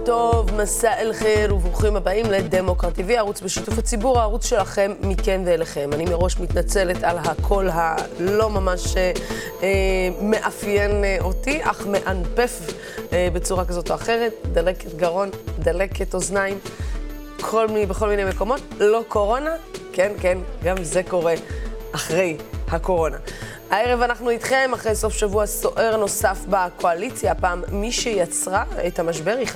טוב, מסע אל חיר וברוכים הבאים לדמוקרט TV, ערוץ בשיתוף הציבור, הערוץ שלכם מכם ואליכם. אני מראש מתנצלת על הקול הלא ממש מאפיין אותי, אך מאנפף בצורה כזאת או אחרת, דלקת גרון, דלקת אוזניים, בכל מיני מקומות, לא קורונה, כן, גם זה קורה אחרי הקורונה. הערב אנחנו איתכם אחרי סוף שבוע סוער נוסף בקואליציה. הפעם מי שיצרה את המשבר היא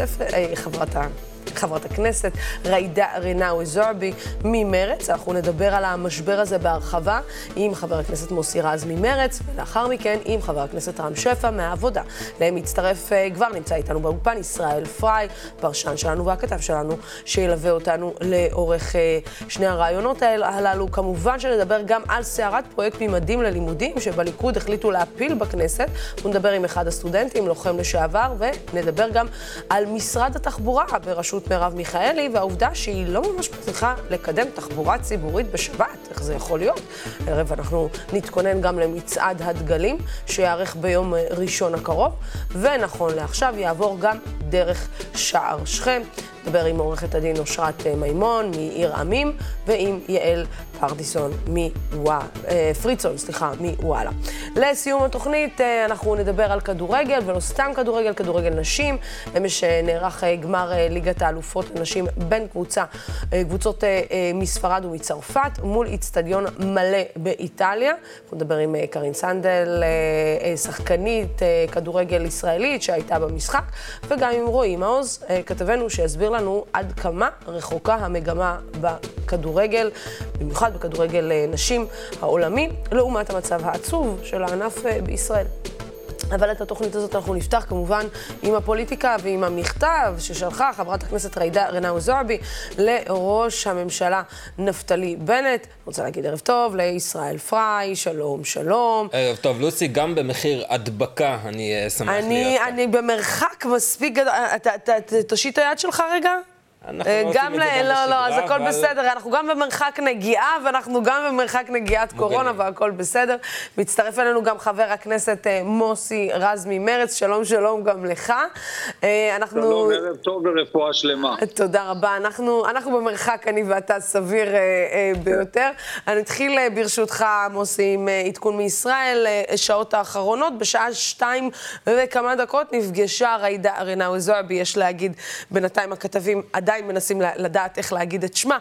חברת הכנסת ג'ידא רינאוי זועבי ממרץ. אנחנו נדבר על המשבר הזה בהרחבה עם חבר הכנסת מוסי רז ממרץ, ולאחר מכן עם חבר הכנסת רם שפע מהעבודה. להם מצטרף כבר, נמצא איתנו באולפן ישראל פריי, פרשן שלנו והכתב שלנו, שילווה אותנו לאורך שני הרעיונות הללו. כמובן שנדבר גם על סערת פרויקט ממדים ללימודים שבליכוד החליטו להפיל בכנסת. נדבר עם אחד הסטודנטים, לוחם לשעבר, ונדבר גם על משרד התחבורה בראשות מרב מיכאלי, והעובדה שהיא לא ממש מצליחה לקדם תחבורה ציבורית בשבת. איך זה יכול להיות? ערב אנחנו נתכונן גם למצעד הדגלים שיערך ביום ראשון הקרוב, ונכון לעכשיו יעבור גם דרך שער שכם. נדבר עם עורכת הדין אושרת מימון מעיר עמים, ועם יעל פרדיסון פריצון מוואלה. לסיום התוכנית אנחנו נדבר על כדורגל, ולא סתם כדורגל, כדורגל נשים. אמש נערך גמר ליגת האלופות לנשים בין קבוצות מספרד ומצרפת, מול אצטדיון מלא באיטליה. אנחנו נדבר עם קרין סנדל, שחקנית כדורגל ישראלית שהייתה במשחק, וגם עם רועי מעוז, כתבנו שיסביר לנו עד כמה רחוקה המגמה בכדורגל, במיוחד בכדורגל נשים העולמי, לעומת המצב העצוב של הענף בישראל. אבל את התוכנית הזאת אנחנו נפתח כמובן עם הפוליטיקה ועם המכתב ששלחה חברת הכנסת ג'ידא רינאוי זועבי לראש הממשלה נפתלי בנט. רוצה להגיד ערב טוב לישראל פריי, שלום. ערב טוב, לוסי, גם במחיר הדבקה אני שמח להיות. אני במרחק מספיק גדול. תושיט היד שלך רגע? גם לא, אז הכל בסדר, אנחנו גם במרחק נגיעה, ואנחנו גם במרחק נגיעת קורונה, והכל בסדר. מצטרף אלינו גם חבר הכנסת מוסי רז ממרץ, שלום גם לך. שלום, ערב טוב ורפואה שלמה. תודה רבה, אנחנו במרחק, אני ואתה סביר ביותר. אני אתחיל ברשותך, מוסי, עם עדכון מישראל, שעות האחרונות, בשעה 2 וכמה דקות נפגשה ג'ידא רינאוי זועבי, יש להגיד, בינתיים הכתבים עדיין מנסים לדעת איך להגיד את שמה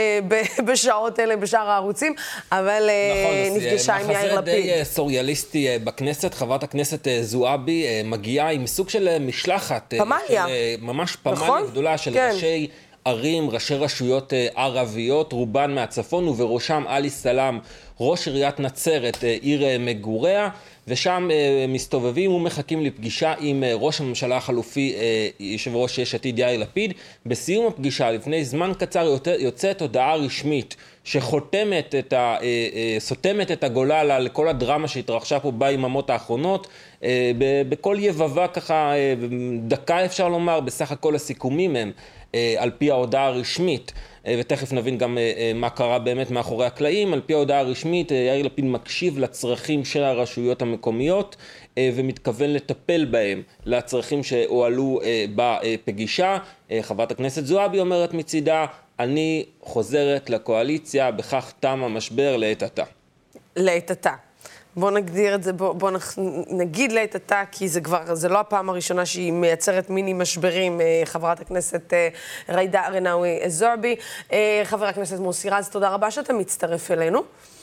בשעות אלה, בשאר הערוצים, אבל נפגשה עם יאיר לפיד. מחזה די סוריאליסטי בכנסת. חברת הכנסת זועבי מגיעה עם סוג של משלחת, פמליה. ממש פמליה גדולה של ראשי ערים, ראשי רשויות ערביות, רובן מהצפון, ובראשם עלי סלאם, ראש עיריית נצרת, עיר מגוריה, ושם מסתובבים ומחכים לפגישה עם ראש הממשלה החלופי, יושב ראש יש עתיד יאיר לפיד. בסיום הפגישה, לפני זמן קצר, יוצאת הודעה רשמית שחותמת סותמת את הגולל לכל הדרמה שהתרחשה פה ביממות האחרונות, בכל יבבה ככה, דקה אפשר לומר, בסך הכל הסיכומים הם על פי ההודעה הרשמית, ותכף נבין גם מה קרה באמת מאחורי הקלעים. על פי ההודעה הרשמית, יאיר לפיד מקשיב לצרכים של הרשויות המקומיות, ומתכוון לטפל בהם, לצרכים שהועלו בפגישה. חברת הכנסת זועבי אומרת מצידה, אני חוזרת לקואליציה, בכך תם המשבר לעת עתה. לעת עתה. בוא נגדיר את זה, בוא נגיד לעת עתה, כי זה לא הפעם הראשונה שהיא מייצרת מיני משברים, חברת הכנסת ג'ידא רינאוי זועבי. חבר הכנסת מוסי רז, תודה רבה שאתה מצטרף אלינו.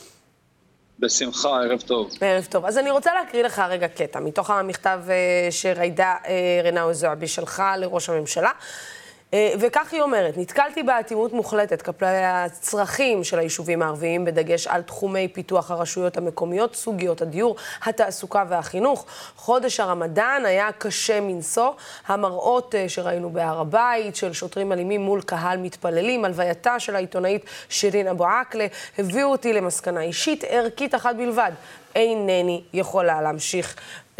בשמחה, ערב טוב. ערב טוב. אז אני רוצה להקריא לך רגע קטע, מתוך המכתב שג'ידא רינאוי זועבי שלחה לראש הממשלה. וכך היא אומרת, נתקלתי באטימות מוחלטת כלפי הצרכים של היישובים הערביים, בדגש על תחומי פיתוח הרשויות המקומיות, סוגיות הדיור, התעסוקה והחינוך. חודש הרמדאן היה קשה מנשוא. המראות שראינו בהר הבית של שוטרים אלימים מול קהל מתפללים, הלווייתה של העיתונאית שירין אבו עקלה, הביאו אותי למסקנה אישית ערכית אחת בלבד. אינני יכולה להמשיך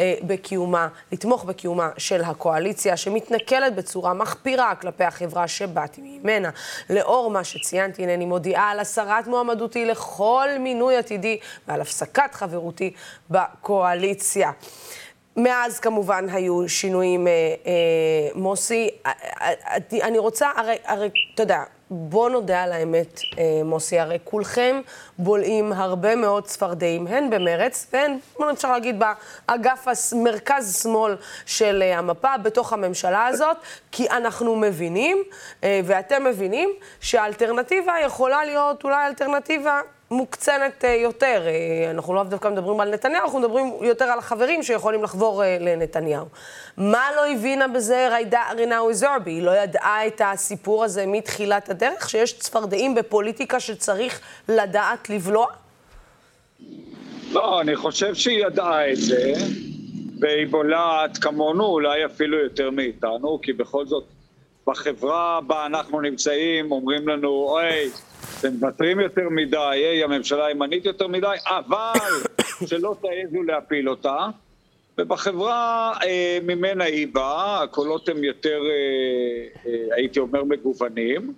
לתמוך בקיומה של הקואליציה שמתנכלת בצורה מחפירה כלפי החברה שבאתי ממנה. לאור מה שציינתי, הנני מודיעה על הסרת מועמדותי לכל מינוי עתידי ועל הפסקת חברותי בקואליציה. מאז כמובן היו שינויים, מוסי. אני רוצה, הרי, אתה יודע, בוא נודע על האמת, מוסי, הרי כולכם בולעים הרבה מאוד צפרדעים, הן במרץ, והן, אפשר להגיד, באגף מרכז-שמאל של המפה, בתוך הממשלה הזאת, כי אנחנו מבינים, ואתם מבינים, שהאלטרנטיבה יכולה להיות אולי אלטרנטיבה מוקצנת יותר. אנחנו לא דווקא מדברים על נתניהו, אנחנו מדברים יותר על החברים שיכולים לחבור לנתניהו. מה לא הבינה בזה ג'ידא רינאוי זועבי? היא לא ידעה את הסיפור הזה מתחילת הדרך, שיש צפרדעים בפוליטיקה שצריך לדעת לבלוע? לא, אני חושב שהיא ידעה את זה, והיא בולעת כמונו, אולי אפילו יותר מאיתנו, כי בכל זאת, בחברה בה אנחנו נמצאים, אומרים לנו, אוי, אתם מוותרים יותר מדי, הממשלה הימנית יותר מדי, אבל שלא תעזו להפיל אותה. ובחברה ממנה היא באה, הקולות הם יותר, הייתי אומר, מגוונים,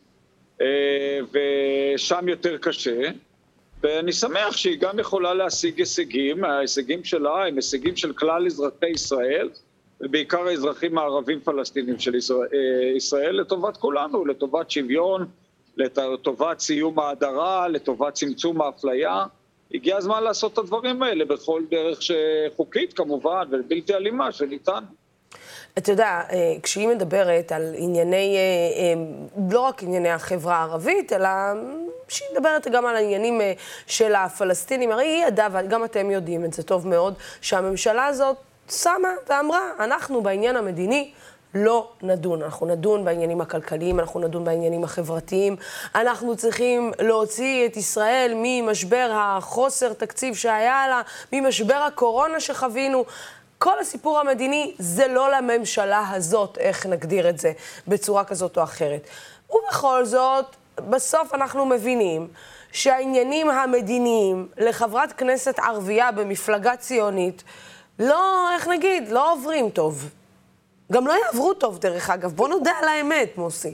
ושם יותר קשה. ואני שמח שהיא גם יכולה להשיג הישגים, ההישגים שלה הם הישגים של כלל אזרחי ישראל, ובעיקר האזרחים הערבים פלסטינים של ישראל, לטובת כולנו, לטובת שוויון, לטובת סיום ההדרה, לטובת צמצום האפליה. הגיע הזמן לעשות את הדברים האלה בכל דרך שחוקית כמובן, ובלתי אלימה שניתן. אתה יודע, כשהיא מדברת על ענייני, לא רק ענייני החברה הערבית, אלא שהיא מדברת גם על העניינים של הפלסטינים, הרי היא ידעה, וגם אתם יודעים את זה טוב מאוד, שהממשלה הזאת שמה ואמרה, אנחנו בעניין המדיני לא נדון. אנחנו נדון בעניינים הכלכליים, אנחנו נדון בעניינים החברתיים, אנחנו צריכים להוציא את ישראל ממשבר החוסר תקציב שהיה לה, ממשבר הקורונה שחווינו. כל הסיפור המדיני זה לא לממשלה הזאת, איך נגדיר את זה בצורה כזאת או אחרת. ובכל זאת, בסוף אנחנו מבינים שהעניינים המדיניים לחברת כנסת ערבייה במפלגה ציונית לא, איך נגיד, לא עוברים טוב. גם לא יעברו טוב, דרך אגב. בוא נודע על האמת, מוסי.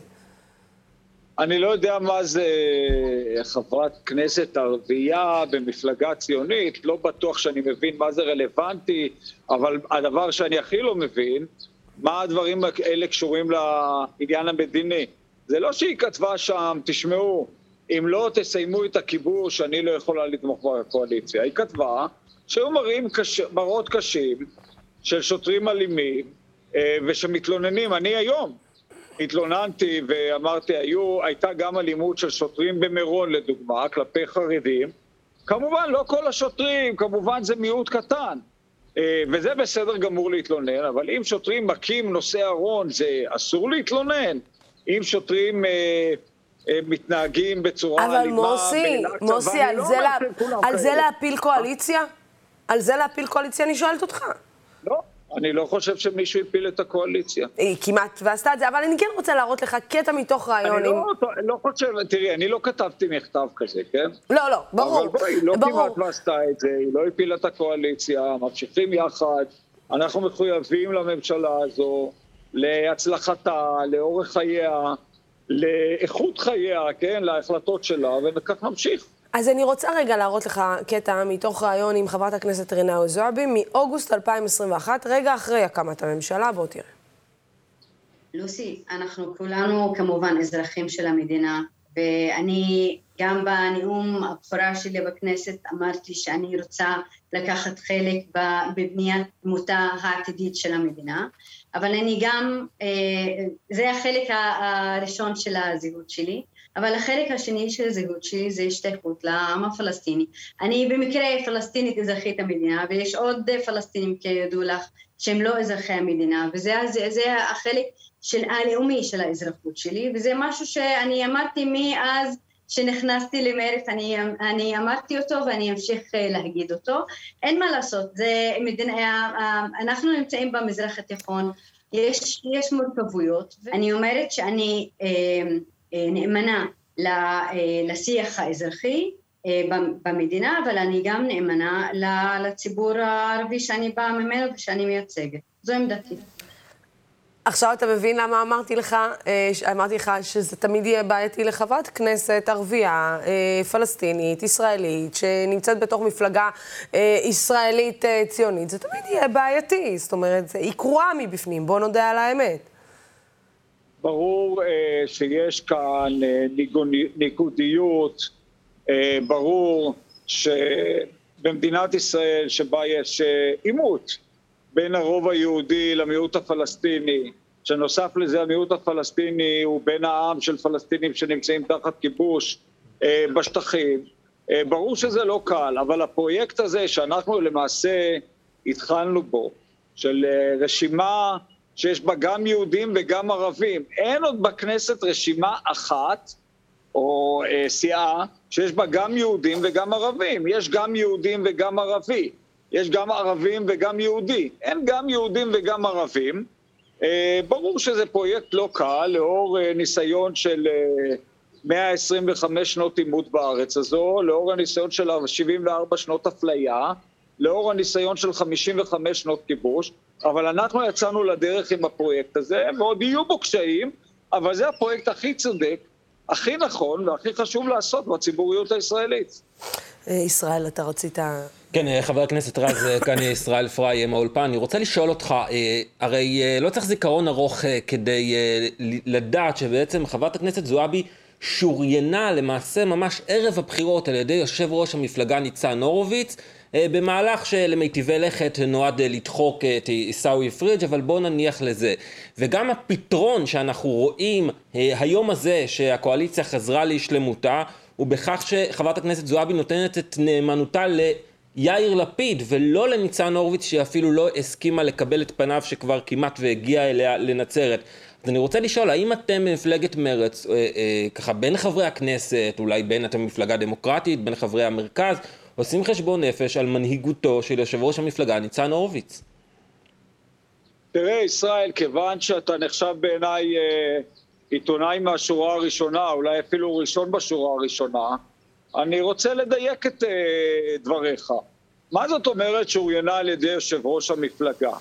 אני לא יודע מה זה חברת כנסת ערבייה במפלגה ציונית, לא בטוח שאני מבין מה זה רלוונטי, אבל הדבר שאני הכי לא מבין, מה הדברים האלה קשורים לעניין המדיני. זה לא שהיא כתבה שם, תשמעו, אם לא תסיימו את הכיבוש, אני לא יכולה לתמוך בקואליציה. היא כתבה שהיו מראות קשים של שוטרים אלימים, ושמתלוננים. אני היום התלוננתי ואמרתי, הייתה גם אלימות של שוטרים במירון לדוגמה, כלפי חרדים. כמובן לא כל השוטרים, כמובן זה מיעוט קטן, וזה בסדר גמור להתלונן, אבל אם שוטרים מכים נושא ארון, זה אסור להתלונן. אם שוטרים מתנהגים בצורה אלימה... אבל מוסי, על זה להפיל קואליציה? על זה להפיל קואליציה אני שואלת אותך. לא. אני לא חושב שמישהו יפיל את הקואליציה. היא כמעט ועשתה את זה, אבל אני כן רוצה להראות לך קטע מתוך רעיון. אני לא חושב, תראי, אני לא כתבתי מכתב כזה, כן? לא, ברור. אבל היא לא כמעט ועשתה את זה, היא לא הפילה את הקואליציה, ממשיכים יחד, אנחנו מחויבים לממשלה הזו, להצלחתה, לאורך חייה, לאיכות חייה, כן? להחלטות שלה, וכך נמשיך. אז אני רוצה רגע להראות לך קטע מתוך רעיון עם חברת הכנסת רינאוי זועבי מאוגוסט 2021, רגע אחרי הקמת הממשלה, בוא תראה. לוסי, אנחנו כולנו כמובן אזרחים של המדינה, ואני גם בנאום הבכורה שלי בכנסת אמרתי שאני רוצה לקחת חלק בבניית דמותה העתידית של המדינה, אבל אני גם, זה החלק הראשון של הזהות שלי, אבל החלק השני של הזהות שלי זה השתייכות לעם הפלסטיני. אני במקרה פלסטינית אזרחית המדינה, ויש עוד פלסטינים כידעו לך שהם לא אזרחי המדינה, וזה החלק הלאומי של האזרחות שלי, וזה משהו שאני אמרתי מאז שנכנסתי למרץ, אני אמרתי אותו ואני אמשיך להגיד אותו. אין מה לעשות, אנחנו נמצאים במזרח התיכון, יש מורכבויות, ואני אומרת שאני נאמנה לשיח האזרחי במדינה, אבל אני גם נאמנה לציבור הערבי שאני באה ממנו ושאני מייצגת. זו עמדתי. עכשיו אתה מבין למה אמרתי לך שזה תמיד יהיה בעייתי לחברת כנסת ערבייה, פלסטינית, ישראלית, שנמצאת בתוך מפלגה ישראלית ציונית, זה תמיד יהיה בעייתי, זאת אומרת, היא קרועה מבפנים, בוא נודה על האמת. ברור שיש כאן ניגודיות, ברור שבמדינת ישראל שבה יש עימות בין הרוב היהודי למיעוט הפלסטיני, שנוסף לזה המיעוט הפלסטיני הוא בין העם של פלסטינים שנמצאים תחת כיבוש בשטחים. ברור שזה לא קל, אבל הפרויקט הזה שאנחנו למעשה התחלנו בו, של רשימה שיש בה גם יהודים וגם ערבים, אין עוד בכנסת רשימה אחת או סיעה שיש בה גם יהודים וגם ערבים, יש גם יהודים וגם ערבי. יש גם ערבים וגם יהודי, אין גם יהודים וגם ערבים. ברור שזה פרויקט לא קל, לאור ניסיון של 125 שנות עימות בארץ הזו, לאור הניסיון של 74 שנות אפליה, לאור הניסיון של 55 שנות כיבוש, אבל אנחנו יצאנו לדרך עם הפרויקט הזה, ועוד יהיו בו קשיים, אבל זה הפרויקט הכי צודק, הכי נכון והכי חשוב לעשות בציבוריות הישראלית. ישראל, אתה רצית... כן, חבר הכנסת רז, כאן ישראל פריי מהאולפן. אני רוצה לשאול אותך, הרי לא צריך זיכרון ארוך כדי לדעת שבעצם חברת הכנסת זועבי שוריינה למעשה ממש ערב הבחירות על ידי יושב ראש המפלגה ניצן הורוביץ, במהלך שלמיטיבי לכת נועד לדחוק את עיסאווי פריג', אבל בואו נניח לזה. וגם הפתרון שאנחנו רואים היום הזה שהקואליציה חזרה להשלמותה, הוא בכך שחברת הכנסת זועבי נותנת את נאמנותה ליאיר לפיד, ולא לניצן הורוביץ, שאפילו לא הסכימה לקבל את פניו שכבר כמעט והגיע אליה לנצרת. אז אני רוצה לשאול, האם אתם מפלגת מרץ, ככה בין חברי הכנסת, אולי בין אתם מפלגה דמוקרטית, בין חברי המרכז, עושים חשבון נפש על מנהיגותו של יושב ראש המפלגה ניצן הורוביץ? תראה ישראל, כיוון שאתה נחשב בעיניי עיתונאי מהשורה הראשונה, אולי אפילו ראשון בשורה הראשונה, אני רוצה לדייק את דבריך. מה זאת אומרת שוריינה על ידי יושב ראש המפלגה?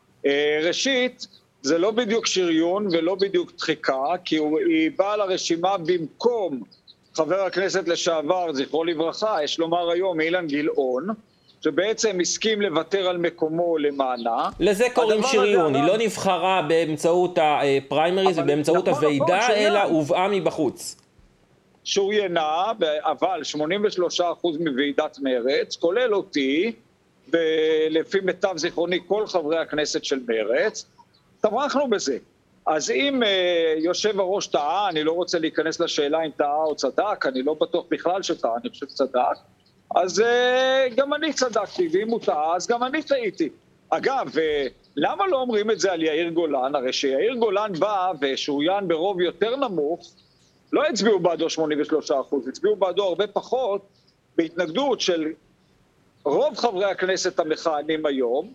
ראשית, זה לא בדיוק שריון ולא בדיוק דחיקה, כי היא באה לרשימה במקום חבר הכנסת לשעבר, זכרו לברכה, יש לומר היום אילן גילאון, שבעצם הסכים לוותר על מקומו למענה. לזה קוראים שריון, היא לא נבחרה באמצעות הפריימריז ובאמצעות הוועידה, אלא הובאה מבחוץ. שוריינה, אבל 83% מוועידת מרץ, כולל אותי, ולפי מיטב זיכרוני כל חברי הכנסת של מרץ, תמכנו בזה. אז אם יושב הראש טעה, אני לא רוצה להיכנס לשאלה אם טעה או צדק, אני לא בטוח בכלל שטעה, אני חושב צדק, אז גם אני צדקתי, ואם הוא טעה, אז גם אני טעיתי. אגב, למה לא אומרים את זה על יאיר גולן? הרי שיאיר גולן בא ושוריין ברוב יותר נמוך, לא הצביעו בעדו 83%, הצביעו בעדו הרבה פחות, בהתנגדות של רוב חברי הכנסת המכהנים היום,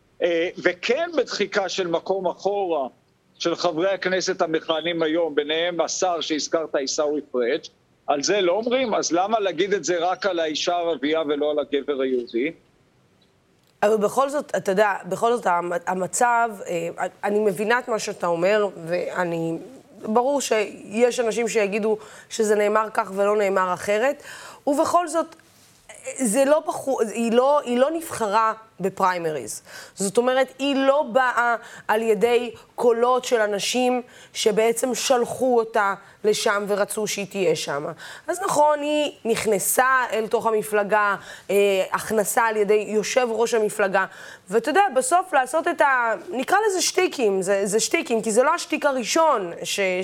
וכן בדחיקה של מקום אחורה של חברי הכנסת המכהנים היום, ביניהם השר שהזכרת עיסאווי פריג', על זה לא אומרים, אז למה להגיד את זה רק על האישה הערבייה ולא על הגבר היהודי? אבל בכל זאת, אתה יודע, בכל זאת המצב, אני מבינה את מה שאתה אומר, ואני, ברור שיש אנשים שיגידו שזה נאמר כך ולא נאמר אחרת, ובכל זאת, זה לא היא לא נבחרה בפריימריז. זאת אומרת, היא לא באה על ידי קולות של אנשים שבעצם שלחו אותה לשם ורצו שהיא תהיה שם. אז נכון, היא נכנסה אל תוך המפלגה, הכנסה על ידי יושב ראש המפלגה, ואתה יודע, בסוף לעשות את נקרא לזה שטיקים, זה שטיקים, כי זה לא השטיק הראשון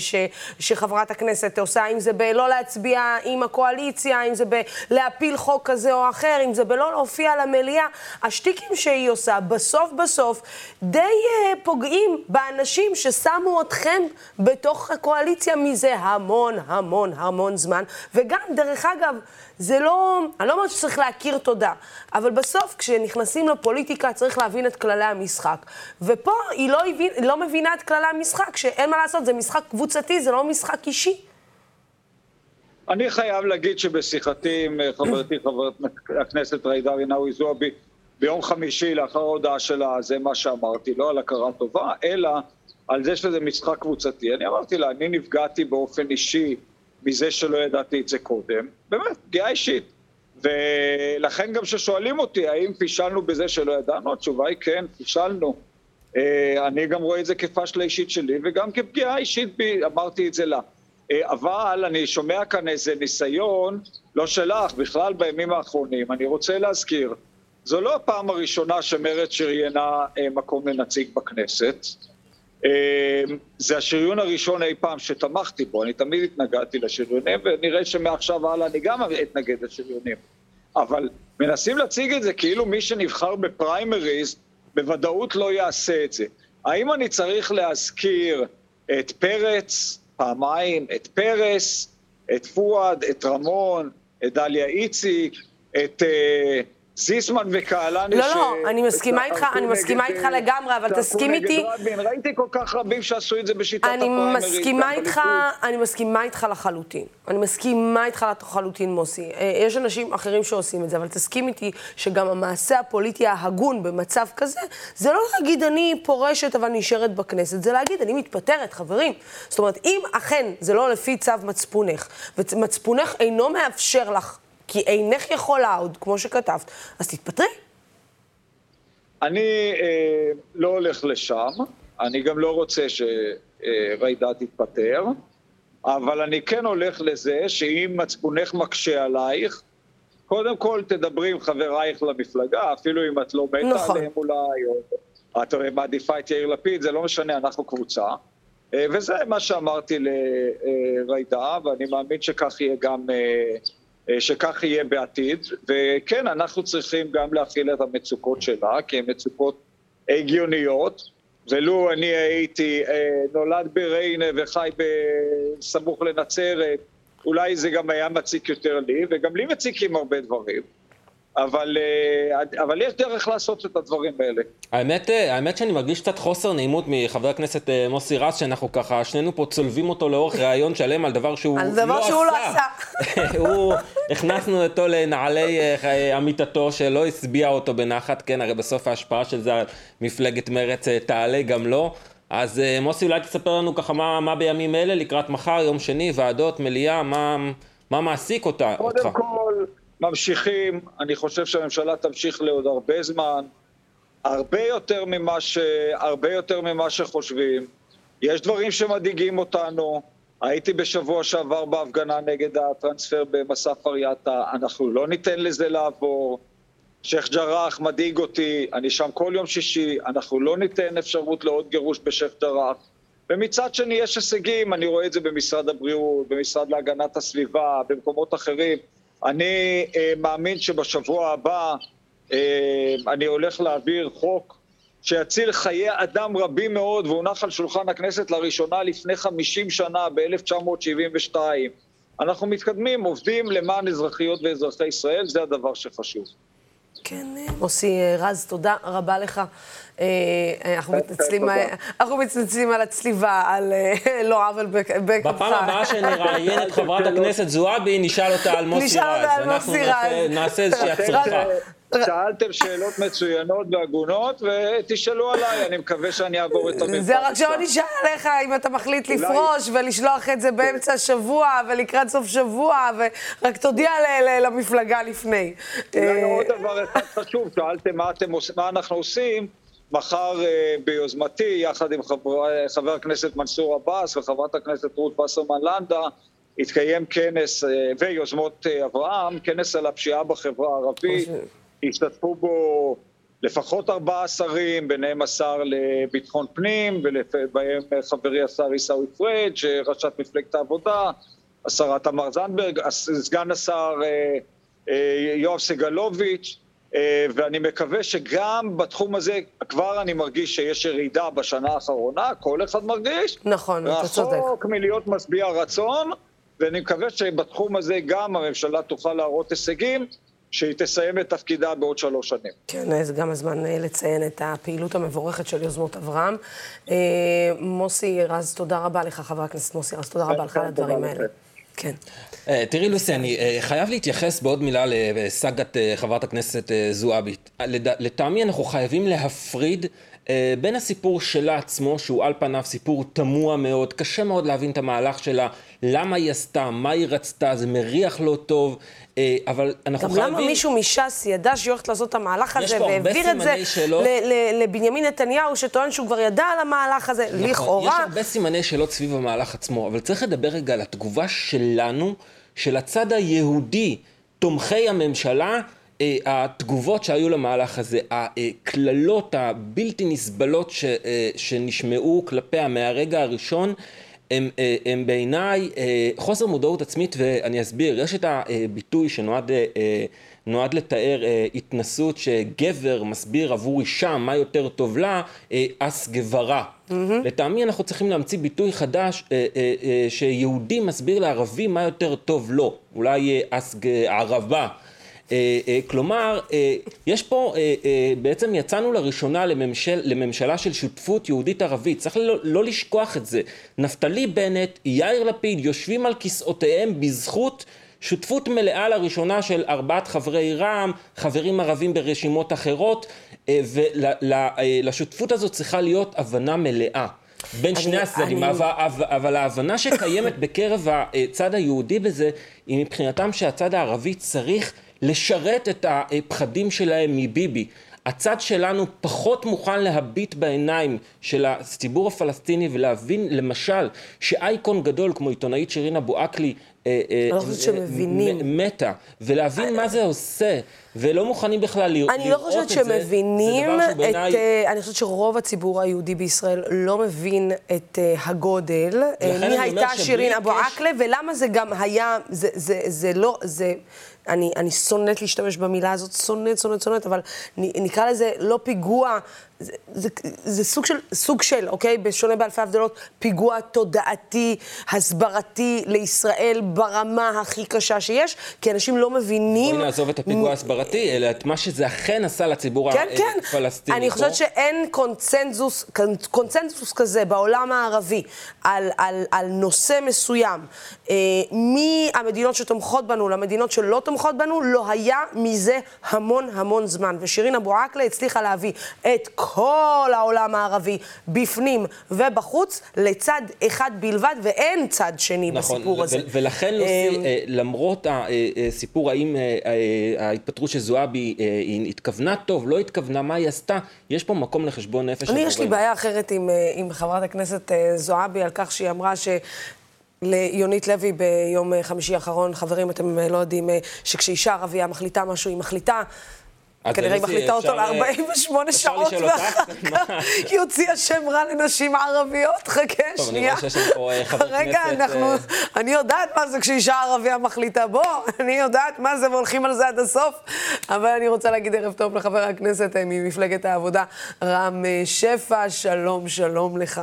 שחברת הכנסת עושה, אם זה בלא להצביע עם הקואליציה, אם זה בלהפיל חוק כזה או אחר, אם זה בלא להופיע למליאה, השטיקים שהיא עושה, בסוף, די פוגעים באנשים ששמו אתכם בתוך הקואליציה מזה המון זמן, וגם, דרך אגב, זה לא, אני לא אומרת שצריך להכיר תודה, אבל בסוף, כשנכנסים לפוליטיקה, צריך להבין את כללי המשחק. ופה היא לא מבינה את כללי המשחק, שאין מה לעשות, זה משחק קבוצתי, זה לא משחק אישי. אני חייב להגיד שבשיחתי עם חברתי חברת הכנסת ג'ידא רינאוי זועבי, ביום חמישי לאחר ההודעה שלה, זה מה שאמרתי, לא על הכרה טובה, אלא על זה שזה משחק קבוצתי. אני אמרתי לה, אני נפגעתי באופן אישי מזה שלא ידעתי את זה קודם. באמת, פגיעה אישית. ולכן גם ששואלים אותי, האם פישלנו בזה שלא ידענו? התשובה היא כן, פישלנו. אני גם רואה את זה כפשלה אישית שלי, וגם כפגיעה אישית בי, אמרתי את זה לה. אבל אני שומע כאן איזה ניסיון, לא שלך, בכלל בימים האחרונים. אני רוצה להזכיר, זו לא הפעם הראשונה שמרצ שריינה מקום לנציג בכנסת. זה השריון הראשון אי פעם שתמכתי בו, אני תמיד התנגדתי לשריונים, ונראה שמעכשיו הלאה אני גם אתנגד לשריונים. אבל מנסים להציג את זה כאילו מי שנבחר בפריימריז, בוודאות לא יעשה את זה. האם אני צריך להזכיר את פרץ פעמיים, את פרס, את פואד, את רמון, את דליה איציק, את זיסמן וקהלני. לא, אני מסכימה איתך לגמרי, אבל תסכים איתי. ראיתי כל כך רבים שעשו את זה בשיטת הפריימריז. אני מסכימה איתך לחלוטין, מוסי. יש אנשים אחרים שעושים את זה, אבל תסכים איתי שגם המעשה הפוליטי ההגון במצב כזה, זה לא להגיד אני פורשת אבל נשארת בכנסת, זה להגיד אני מתפטרת, חברים. זאת אומרת, אם אכן זה לא לפי צו מצפונך, ומצפונך אינו מאפשר לך, כי אינך יכולה עוד, כמו שכתבת, אז תתפטרי. אני לא הולך לשם, אני גם לא רוצה שריידה תתפטר, אבל אני כן הולך לזה שאם מצפונך מקשה עלייך, קודם כל תדברי עם חברייך למפלגה, אפילו אם את לא מתה עליהם אולי, או את מעדיפה את יאיר לפיד, זה לא משנה, אנחנו קבוצה. וזה מה שאמרתי לריידה, ואני מאמין שכך יהיה גם... שכך יהיה בעתיד, וכן, אנחנו צריכים גם להכיל את המצוקות שלה, כי הן מצוקות הגיוניות, ולו אני הייתי נולד בריינה וחי בסמוך לנצרת, אולי זה גם היה מציק יותר לי, וגם לי מציקים הרבה דברים, אבל יש דרך לעשות את הדברים האלה. האמת שאני מרגיש קצת חוסר נעימות מחבר הכנסת מוסי רז, שאנחנו ככה, שנינו פה צולבים אותו לאורך ראיון שלם על דבר שהוא לא עשה. הכנסנו אותו לנעלי אמיתתו שלא הסביע אותו בנחת, כן, הרי בסוף ההשפעה של זה מפלגת מרצ תעלה גם לא. אז מוסי, אולי תספר לנו ככה מה בימים אלה, לקראת מחר, יום שני, ועדות, מליאה, מה מעסיק אותך? קודם כל, ממשיכים, אני חושב שהממשלה תמשיך לעוד הרבה זמן, הרבה יותר ממה שחושבים. יש דברים שמדאיגים אותנו. הייתי בשבוע שעבר בהפגנה נגד הטרנספר במסע פרייטה, אנחנו לא ניתן לזה לעבור. שייח ג'ראח מדאיג אותי, אני שם כל יום שישי, אנחנו לא ניתן אפשרות לעוד גירוש בשייח ג'ראח. ומצד שני יש הישגים, אני רואה את זה במשרד הבריאות, במשרד להגנת הסביבה, במקומות אחרים. אני מאמין שבשבוע הבא אני הולך להעביר חוק שיציל חיי אדם רבים מאוד, והונח על שולחן הכנסת לראשונה לפני 50 שנה, ב-1972. אנחנו מתקדמים, עובדים למען אזרחיות ואזרחי ישראל, זה הדבר שחשוב. כן, מוסי רז, תודה רבה לך. אנחנו מתנצלים על הצליבה, על לא עוול בכפך. בפעם הבאה שנראיין את חברת הכנסת זועבי, נשאל אותה על מוסי רז. אנחנו נעשה איזושהי הצרחה. שאלתם שאלות מצוינות והגונות, ותשאלו עליי, אני מקווה שאני אעבור את המבחן. זה רק שלא נשאל עליך אם אתה מחליט לפרוש ולשלוח את זה באמצע השבוע ולקראת סוף שבוע, ורק תודיע למפלגה לפני. אולי עוד דבר אחד חשוב, שאלתם מה אנחנו עושים, מחר ביוזמתי, יחד עם חבר הכנסת מנסור עבאס וחברת הכנסת רות וסרמן לנדה, התקיים כנס, ויוזמות אברהם, כנס על הפשיעה בחברה הערבית. השתתפו בו לפחות 4 שרים, ביניהם השר לביטחון פנים, ובהם חברי השר עיסאווי פריג', ראשת מפלגת העבודה, השרה תמר זנדברג, סגן השר יואב סגלוביץ', ואני מקווה שגם בתחום הזה, כבר אני מרגיש שיש ירידה בשנה האחרונה, כל אחד מרגיש. נכון, אתה צודק. רחוק מלהיות משביע רצון, ואני מקווה שבתחום הזה גם הממשלה תוכל להראות הישגים, שהיא תסיים את תפקידה בעוד 3 שנים. כן, זה גם הזמן לציין את הפעילות המבורכת של יוזמות אברהם. מוסי רז, תודה רבה לך, חבר הכנסת מוסי רז, תודה רבה לך על הדברים האלה. כן. תראי לוסי, אני חייב להתייחס בעוד מילה לסגת חברת הכנסת זועבי. לטעמי אנחנו חייבים להפריד בין הסיפור שלה עצמו, שהוא על פניו סיפור תמוה מאוד, קשה מאוד להבין את המהלך שלה, למה היא עשתה, מה היא רצתה, זה מריח לא טוב, אבל אנחנו חייבים... גם למה מישהו מש"ס ידע שהיא הולכת לעשות את המהלך הזה, והעביר את זה לבנימין נתניהו, שטוען שהוא כבר ידע על המהלך הזה, לכאורה... יש הרבה סימני שאלות סביב המהלך עצמו, אבל צריך לדבר רגע על התגובה שלנו, של הצד היהודי, תומכי הממשלה, התגובות שהיו למהלך הזה, הכללות הבלתי נסבלות שנשמעו כלפיה מהרגע הראשון, הם בעיניי חוסר מודעות עצמית, ואני אסביר. יש את הביטוי שנועד לתאר התנסות שגבר מסביר עבור אישה מה יותר טוב לה, אס גברה. לטעמי אנחנו צריכים להמציא ביטוי חדש שיהודי מסביר לערבי מה יותר טוב לו, אולי אס ערבה. כלומר, יש פה, בעצם יצאנו לראשונה לממשלה של שותפות יהודית ערבית, צריך לא לשכוח את זה. נפתלי בנט, יאיר לפיד, יושבים על כיסאותיהם בזכות שותפות מלאה לראשונה של 4 חברי רע"מ, חברים ערבים ברשימות אחרות, ולשותפות הזאת צריכה להיות הבנה מלאה. בין שני הצדדים, אבל ההבנה שקיימת בקרב הצד היהודי בזה, היא מבחינתם שהצד הערבי צריך לשרת את הפחדים שלהם מביבי. הצד שלנו פחות מוכן להביט בעיניים של הציבור הפלסטיני ולהבין למשל שאייקון גדול כמו עיתונאית שירין אבו עקלי מתה, ולהבין מה זה עושה, ולא מוכנים בכלל לראות את זה. אני לא חושבת שמבינים אני חושבת שרוב הציבור היהודי בישראל לא מבין את הגודל, מי הייתה שירין אבו עקלי, ולמה זה גם היה, זה לא, אני שונאת להשתמש במילה הזאת, שונאת, אבל נקרא לזה לא פיגוע, זה סוג של, אוקיי? בשונה באלפי הבדלות, פיגוע תודעתי, הסברתי לישראל ברמה הכי קשה שיש, כי אנשים לא מבינים... בואי נעזוב את הפיגוע הסברתי, אלא את מה שזה אכן עשה לציבור הפלסטיני. אני חושבת שאין קונצנזוס כזה בעולם הערבי על נושא מסוים, מהמדינות שתומכות בנו למדינות שלא תומכות בנו, לא היה מזה המון זמן. ושירין אבו עקלי הצליחה להביא את כל העולם הערבי בפנים ובחוץ לצד אחד בלבד, ואין צד שני בסיפור הזה. ולכן למרות הסיפור האם ההתפטרות של זועבי היא התכוונה טוב, לא התכוונה, מה היא עשתה, יש פה מקום לחשבון נפש. יש לי בעיה אחרת עם חברת הכנסת זועבי על כך שהיא אמרה ליונית לוי ביום חמישי האחרון, חברים, אתם לא יודעים שכשאישה ערבייה מחליטה משהו, היא מחליטה, כנראה היא מחליטה אותו ל-48 שעות, ואחר כך היא הוציאה שם רע לנשים ערביות. חכה, שנייה. רגע, אני יודעת מה זה כשאישה ערבייה מחליטה, אני יודעת מה זה, והולכים על זה עד הסוף. אבל אני רוצה להגיד ערב טוב לחבר הכנסת ממפלגת העבודה, רם שפע, שלום לך.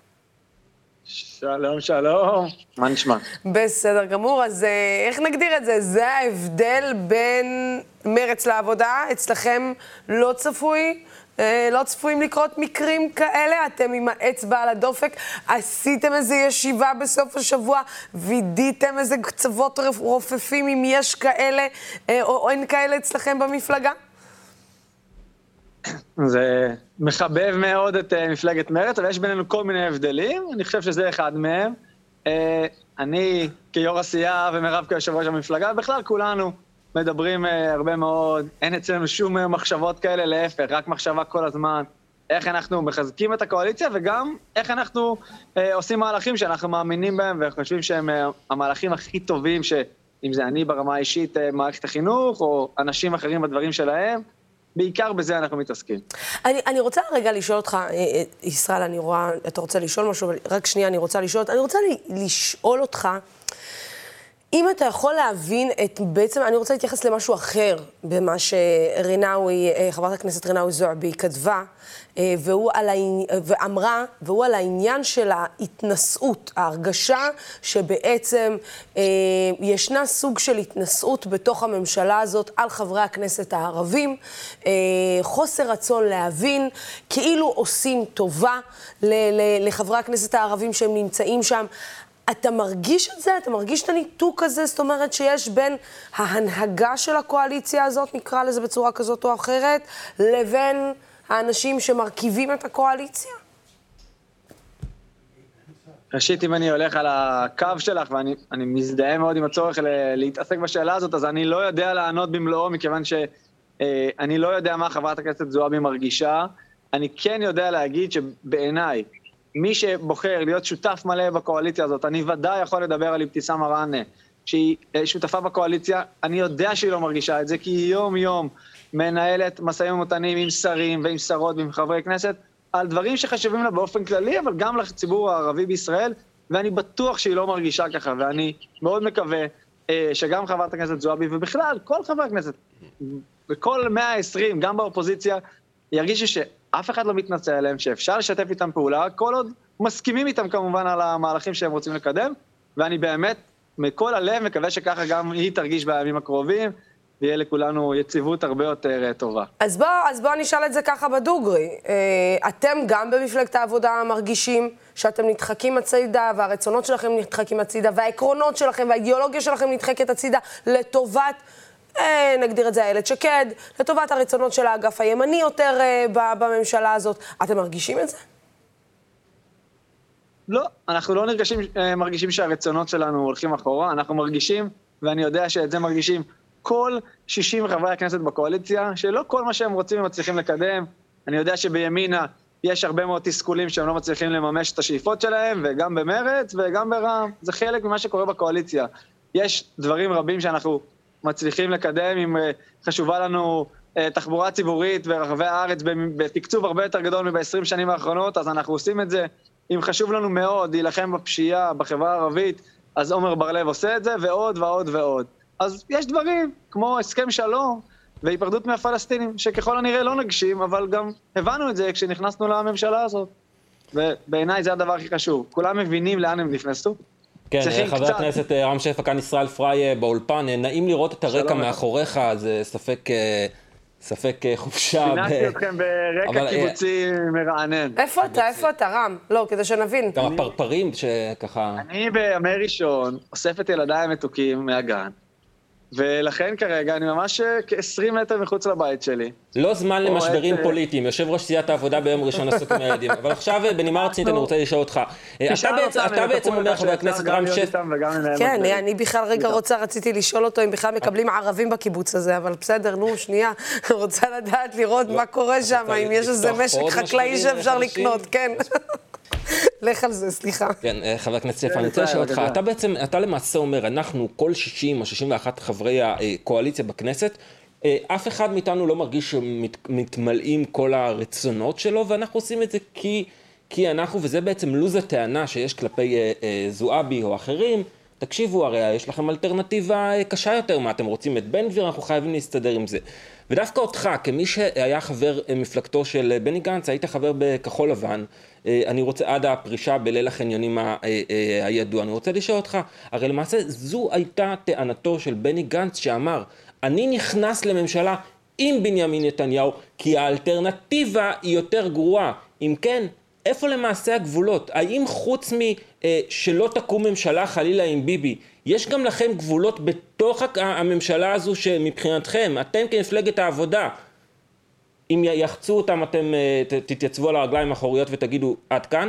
שלום, מה נשמע? בסדר גמור, אז איך נגדיר את זה? זה ההבדל בין מרץ לעבודה, אצלכם לא צפויים לקרות מקרים כאלה, אתם עם האצבע על הדופק, עשיתם איזו ישיבה בסוף השבוע, וידיתם איזה קצוות רופפים אם יש כאלה או אין כאלה אצלכם במפלגה? זה מחבב מאוד את מפלגת מרץ, אבל יש בינינו כל מיני הבדלים, אני חושב שזה אחד מהם. אני כיו"ר הסיעה ומרב כיושב ראש המפלגה, בכלל כולנו מדברים הרבה מאוד, אין אצלנו שום מחשבות כאלה, להפך, רק מחשבה כל הזמן, איך אנחנו מחזקים את הקואליציה, וגם איך אנחנו עושים מהלכים שאנחנו מאמינים בהם, וחושבים שהם המהלכים הכי טובים, שאם זה אני ברמה האישית, מערכת החינוך, או אנשים אחרים בדברים שלהם, בעיקר בזה אנחנו מתעסקים. אני רוצה רגע לשאול אותך, ישראל, אני רואה, אתה רוצה לשאול משהו, אבל רק שנייה, אני רוצה לשאול אותך, אם אתה יכול להבין בעצם אני רוצה להתייחס למשהו אחר, במה חברת הכנסת רינאוי זועבי כתבה, והוא על העניין של ההתנסות, ההרגשה שבעצם ישנה סוג של התנסות בתוך הממשלה הזאת על חברי הכנסת הערבים, חוסר רצון להבין, כאילו עושים טובה לחברי הכנסת הערבים שהם נמצאים שם. אתה מרגיש את זה? אתה מרגיש את הניתוק הזה? זאת אומרת שיש בין ההנהגה של הקואליציה הזאת, נקרא לזה בצורה כזאת או אחרת, לבין האנשים שמרכיבים את הקואליציה? ראשית, אם אני הולך על הקו שלך, ואני מזדהה מאוד עם הצורך להתעסק בשאלה הזאת, אז אני לא יודע לענות במלואו, מכיוון שאני לא יודע מה חברת הכנסת זועבי מרגישה. אני כן יודע להגיד שבעיניי, מי שבוחר להיות שותף מלא בקואליציה הזאת, אני ודאי יכול לדבר על אבתיסאם מראענה, שהיא שותפה בקואליציה, אני יודע שהיא לא מרגישה את זה, כי היא יום-יום מנהלת משאים ומתנים עם שרים ועם שרות ועם חברי כנסת, על דברים שחשובים לה באופן כללי, אבל גם לציבור הערבי בישראל, ואני בטוח שהיא לא מרגישה ככה, ואני מאוד מקווה שגם חברת הכנסת זועבי, ובכלל, כל חברי הכנסת, וכל 120, גם באופוזיציה, ירגישו שאף אחד לא מתנצל עליהם, שאפשר לשתף איתם פעולה, כל עוד מסכימים איתם כמובן על המהלכים שהם רוצים לקדם, ואני באמת, מכל הלב, מקווה שככה גם היא תרגיש בימים הקרובים, ויהיה לכולנו יציבות הרבה יותר טובה. אז בוא נשאל את זה ככה בדוגרי. אתם גם במפלגת העבודה מרגישים שאתם נדחקים הצידה, והרצונות שלכם נדחקים הצידה, והעקרונות שלכם והאידיאולוגיה שלכם נדחקת הצידה לטובת, נגדיר את זה איילת שקד, לטובת הרצונות של האגף הימני יותר בממשלה הזאת. אתם מרגישים את זה? לא, אנחנו לא מרגישים שהרצונות שלנו הולכים אחורה, אנחנו מרגישים, ואני יודע שאת זה מרגישים כל 60 חברי הכנסת בקואליציה, שלא כל מה שהם רוצים הם מצליחים לקדם. אני יודע שבימינה יש הרבה מאוד תסכולים שהם לא מצליחים לממש את השאיפות שלהם, וגם במרץ וגם ברע"מ. זה חלק ממה שקורה בקואליציה. יש דברים רבים שאנחנו מצליחים לקדם, אם חשובה לנו תחבורה ציבורית ברחבי הארץ בתקצוב הרבה יותר גדול מב-20 שנים האחרונות, אז אנחנו עושים את זה. אם חשוב לנו מאוד להילחם בפשיעה בחברה הערבית, אז עומר בר-לב עושה את זה, ועוד ועוד ועוד. אז יש דברים כמו הסכם שלום והיפרדות מהפלסטינים, שככל הנראה לא נגשים, אבל גם הבנו את זה כשנכנסנו לממשלה הזאת. ובעיניי זה הדבר הכי חשוב. כולם מבינים לאן הם נכנסו. כן, חבר הכנסת רם שפע, כאן ישראל פריי באולפן, נעים לראות את הרקע מאחוריך, זה ספק חופשה. שינקתי אתכם ברקע קיבוצי מרענן. איפה אתה, רם? לא, כדי שנבין. גם הפרפרים שככה... אני בימי ראשון אוסף את ילדיי המתוקים מהגן, ולכן כרגע אני ממש כ-20 מטר מחוץ לבית שלי. לא זמן למשברים פוליטיים, יושב ראש סיעת העבודה ביום ראשון עסוק עם הילדים. אבל עכשיו בנימה רצינית אני רוצה לשאול אותך. אתה בעצם אומר, חבר הכנסת רם שפע... כן, אני בכלל רציתי לשאול אותו אם בכלל מקבלים ערבים בקיבוץ הזה, אבל בסדר, נו, שנייה. רוצה לדעת, לראות מה קורה שם, אם יש איזה משק חקלאי שאפשר לקנות, כן. לך על זה, סליחה. כן, חבר הכנסת שפע, אני רוצה לשאול אותך, אתה למעשה אומר, אנחנו כל 60 או 61 חברי הקואליציה בכנסת, אף אחד מאיתנו לא מרגיש שמתמלאים כל הרצונות שלו, ואנחנו עושים את זה כי אנחנו, וזה בעצם לוז הטענה שיש כלפי זועבי או אחרים, תקשיבו, הרי יש לכם אלטרנטיבה קשה יותר, מה אתם רוצים את בן גביר, אנחנו חייבים להסתדר עם זה. ודווקא אותך, כמי שהיה חבר מפלגתו של בני גנץ, היית חבר בכחול לבן, אני רוצה עד הפרישה בליל החניונים הידוע, אני רוצה לשאול אותך, הרי למעשה זו הייתה טענתו של בני גנץ שאמר, אני נכנס לממשלה עם בנימין נתניהו, כי האלטרנטיבה היא יותר גרועה. אם כן, איפה למעשה הגבולות? האם חוץ שלא תקום ממשלה חלילה עם ביבי, יש גם לכם גבולות בתוך הממשלה הזו שמבחינתכם, אתם כמפלגת העבודה, אם יחצו אותם אתם תתייצבו על הרגליים האחוריות ותגידו עד כאן?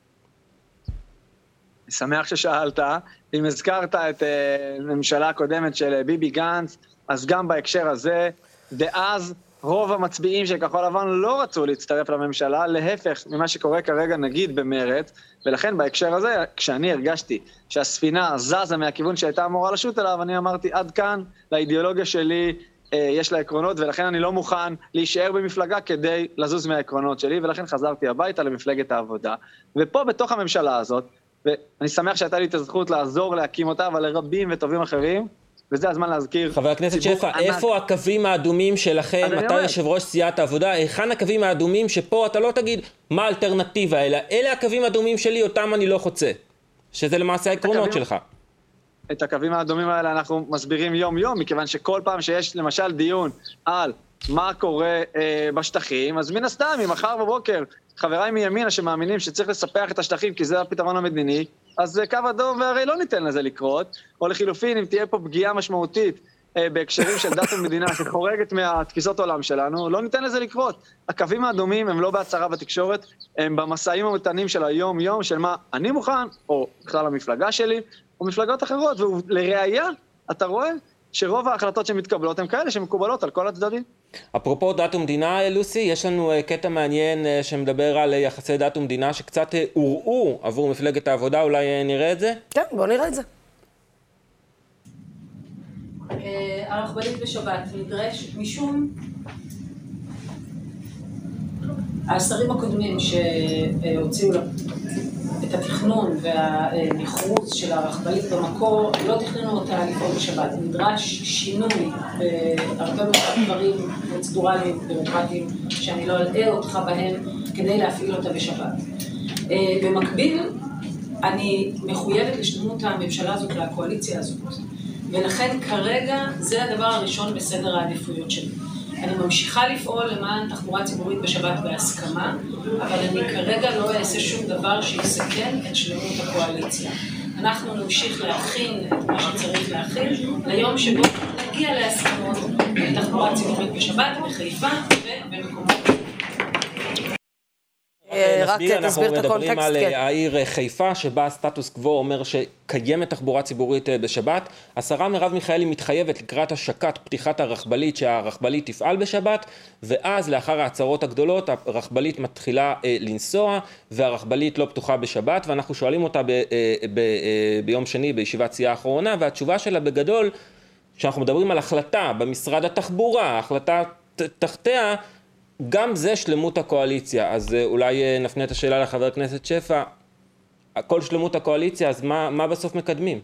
אני שמח ששאלת. אם הזכרת את הממשלה הקודמת של ביבי גנץ, אז גם בהקשר הזה, דאז רוב המצביעים של כחול לבן לא רצו להצטרף לממשלה, להפך ממה שקורה כרגע נגיד במרץ, ולכן בהקשר הזה, כשאני הרגשתי שהספינה זזה מהכיוון שהייתה אמורה לשוט אליו, אני אמרתי עד כאן, לאידיאולוגיה שלי יש לה עקרונות, ולכן אני לא מוכן להישאר במפלגה כדי לזוז מהעקרונות שלי, ולכן חזרתי הביתה למפלגת העבודה. ופה בתוך הממשלה הזאת, ואני שמח שהייתה לי את הזכות לעזור להקים אותה, אבל לרבים וטובים אחרים, וזה הזמן להזכיר. חבר הכנסת שפע, איפה הקווים האדומים שלכם? אתה יושב ראש סיעת העבודה, היכן הקווים האדומים שפה אתה לא תגיד מה האלטרנטיבה, אלא אלה הקווים האדומים שלי, אותם אני לא חוצה. שזה למעשה העקרונות שלך. את הקווים האדומים האלה אנחנו מסבירים יום יום, מכיוון שכל פעם שיש למשל דיון על מה קורה בשטחים, אז מן הסתם, אם מחר בבוקר חבריי מימינה שמאמינים שצריך לספח את השטחים כי זה הפתרון המדיני, אז זה קו אדום והרי לא ניתן לזה לקרות, או לחילופין, אם תהיה פה פגיעה משמעותית בהקשרים של דת ומדינה שחורגת מהתפיסות עולם שלנו, לא ניתן לזה לקרות. הקווים האדומים הם לא בהצהרה בתקשורת, הם במסעים ומתנים של היום-יום, של מה אני מוכן, או בכלל המפלגה שלי, או מפלגות אחרות, ולראיה, אתה רואה שרוב ההחלטות שמתקבלות הן כאלה שמקובלות על כל הצדדים. אפרופו דת ומדינה, לוסי, יש לנו קטע מעניין שמדבר על יחסי דת ומדינה שקצת הוראו עבור מפלגת העבודה, אולי נראה את זה? כן, בואו נראה את זה. הרכבלית בשבת נדרש משום השרים הקודמים שהוציאו את התכנון והמכרוז של הרכבלית במקור, לא תכננו אותה לפעול בשבת. נדרש שינוי בהרבה מאוד דברים פרוצדורליים, בירוקרטיים, שאני לא אלאה אותך בהם כדי להפעיל אותה בשבת. במקביל, אני מחויבת לשלמות הממשלה הזאת והקואליציה הזאת. ולכן כרגע זה הדבר הראשון בסדר העדיפויות שלי. אני ממשיכה לפעול למען תחבורה ציבורית בשבת בהסכמה, אבל אני כרגע לא אעשה שום דבר שיסכן את שלמות הקואליציה. אנחנו נמשיך להכין את מה שצריך להכין ליום שבו נגיע להסכמות בתחבורה ציבורית בשבת, בחיפה ובמקומות. אנחנו מדברים על העיר חיפה, שבה הסטטוס קוו אומר שקיימת תחבורה ציבורית בשבת. השרה מרב מיכאלי מתחייבת לקראת השקת פתיחת הרכבלית, שהרכבלית תפעל בשבת, ואז לאחר ההצהרות הגדולות, הרכבלית מתחילה לנסוע, והרכבלית לא פתוחה בשבת, ואנחנו שואלים אותה ביום שני, בישיבת סיעה האחרונה, והתשובה שלה בגדול, שאנחנו מדברים על החלטה במשרד התחבורה, החלטה תחתיה, גם זה שלמות הקואליציה. אז אולי נפנה את השאלה לחבר הכנסת שפע, כל שלמות הקואליציה, אז מה בסוף מקדמים?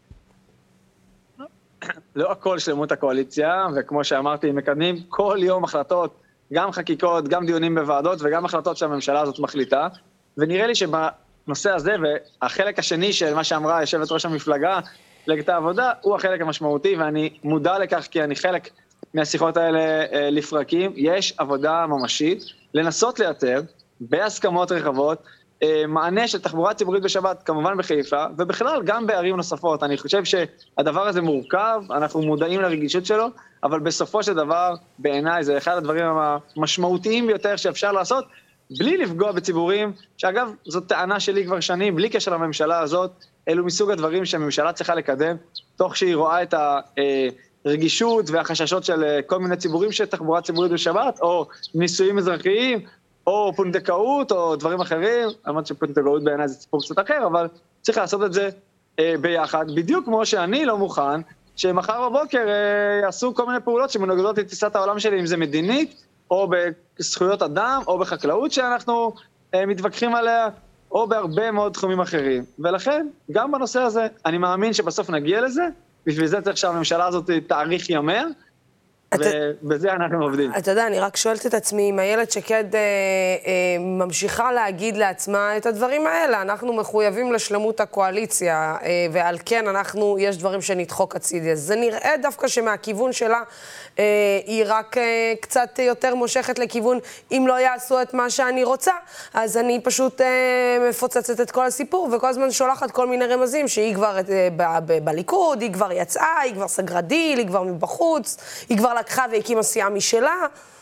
לא הכל שלמות הקואליציה, וכמו שאמרתי, מקדמים כל יום החלטות, גם חקיקות, גם דיונים בוועדות, וגם החלטות שהממשלה הזאת מחליטה, ונראה לי שבנושא הזה, והחלק השני של מה שאמרה יושבת ראש המפלגה, מפלגת העבודה, הוא החלק המשמעותי, ואני מודע לכך כי אני חלק מהשיחות האלה לפרקים. יש עבודה ממשית לנסות לייצר בהסכמות רחבות מענה של תחבורה ציבורית בשבת, כמובן בחיפה, ובכלל גם בערים נוספות. אני חושב שהדבר הזה מורכב, אנחנו מודעים לרגישות שלו, אבל בסופו של דבר, בעיניי, זה אחד הדברים המשמעותיים ביותר שאפשר לעשות, בלי לפגוע בציבורים, שאגב, זאת טענה שלי כבר שנים, בלי קשר לממשלה הזאת, אלו מסוג הדברים שהממשלה צריכה לקדם, תוך שהיא רואה את הרגישות והחששות של כל מיני ציבורים של תחבורה ציבורית בשבת, או נישואים אזרחיים, או פונדקאות, או דברים אחרים. אמרת שפונדקאות בעיניי זה סיפור קצת אחר, אבל צריך לעשות את זה ביחד, בדיוק כמו שאני לא מוכן, שמחר בבוקר יעשו כל מיני פעולות שמנוגדות לתפיסת העולם שלי, אם זה מדינית, או בזכויות אדם, או בחקלאות שאנחנו מתווכחים עליה, או בהרבה מאוד תחומים אחרים. ולכן, גם בנושא הזה, אני מאמין שבסוף נגיע לזה, בשביל זה צריך שהממשלה הזאת תאריך ימיה, ובזה אנחנו עובדים. אתה יודע, אני רק שואלת את עצמי, אם איילת שקד ממשיכה להגיד לעצמה את הדברים האלה, אנחנו מחויבים לשלמות הקואליציה, ועל כן יש דברים שנדחוק הצידי. אז זה נראה דווקא שמהכיוון שלה, היא רק קצת יותר מושכת לכיוון, אם לא יעשו את מה שאני רוצה, אז אני פשוט מפוצצת את כל הסיפור, וכל הזמן שולחת כל מיני רמזים, שהיא כבר בליכוד, היא כבר יצאה, היא כבר סגרה דיל, היא כבר מבחוץ, היא כבר לקחה והקימה סיעה משלה.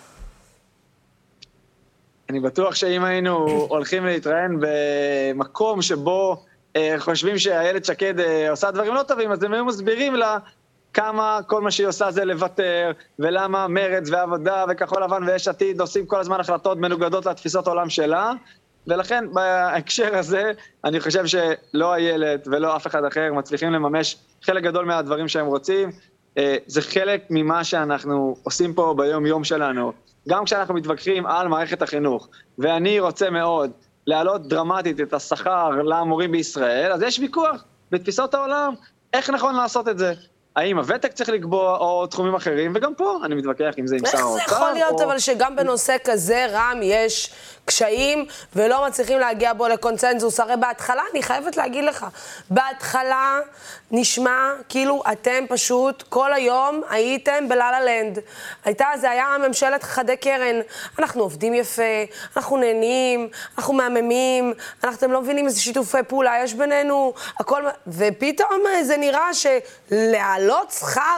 אני בטוח שאם היינו הולכים להתראיין במקום שבו חושבים שאיילת שקד עושה דברים לא טובים, אז הם היו מסבירים לה כמה כל מה שהיא עושה זה לוותר, ולמה מרץ ועבודה וכחול לבן ויש עתיד עושים כל הזמן החלטות מנוגדות לתפיסות העולם שלה, ולכן בהקשר הזה אני חושב שלא איילת ולא אף אחד אחר מצליחים לממש חלק גדול מהדברים שהם רוצים. זה חלק ממה שאנחנו עושים פה ביום יום שלנו, גם כשאנחנו מתווכחים על מערכת החינוך, ואני רוצה מאוד להעלות דרמטית את השכר למורים בישראל, אז יש ויכוח בתפיסות העולם איך נכון לעשות את זה. האם הוותק צריך לקבוע או תחומים אחרים, וגם פה אני מתווכח עם זה עם שר האוצר. איך זה יכול להיות אבל שגם בנושא כזה רם יש קשיים ולא מצליחים להגיע בו לקונצנזוס? הרי בהתחלה, אני חייבת להגיד לך, בהתחלה נשמע כאילו אתם פשוט כל היום הייתם בללה לנד. זה היה ממשלת חדי קרן. אנחנו עובדים יפה, אנחנו נהנים, אנחנו מהממים, אתם לא מבינים איזה שיתופי פעולה יש בינינו, הכל, ופתאום זה נראה שלהעלות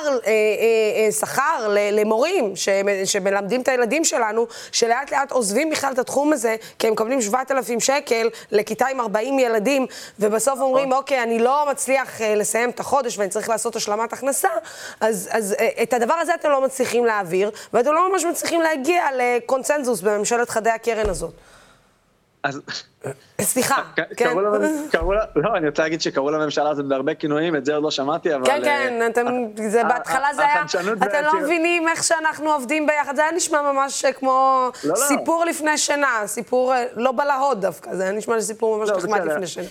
שכר למורים שמלמדים את הילדים שלנו, שלאט לאט עוזבים בכלל את התחום הזה, כי הם מקבלים 7,000 שקל לכיתה עם 40 ילדים, ובסוף אומרים, אוקיי, אני לא מצליח לסיים את החודש ואני צריך לעשות השלמת הכנסה, אז את הדבר הזה אתם לא מצליחים להעביר, ואתם לא ממש מצליחים להגיע לקונצנזוס בממשלת חדי הקרן הזאת. אז... סליחה, כן. לא, אני רוצה להגיד שקראו לממשלה הזאת בהרבה כינויים, את זה עוד לא שמעתי, אבל... כן, בהתחלה זה היה, אתם לא מבינים איך שאנחנו עובדים ביחד, זה היה נשמע ממש כמו סיפור לפני שנה, סיפור לא בלהוד דווקא, זה היה נשמע סיפור ממש נחמד לפני שנה.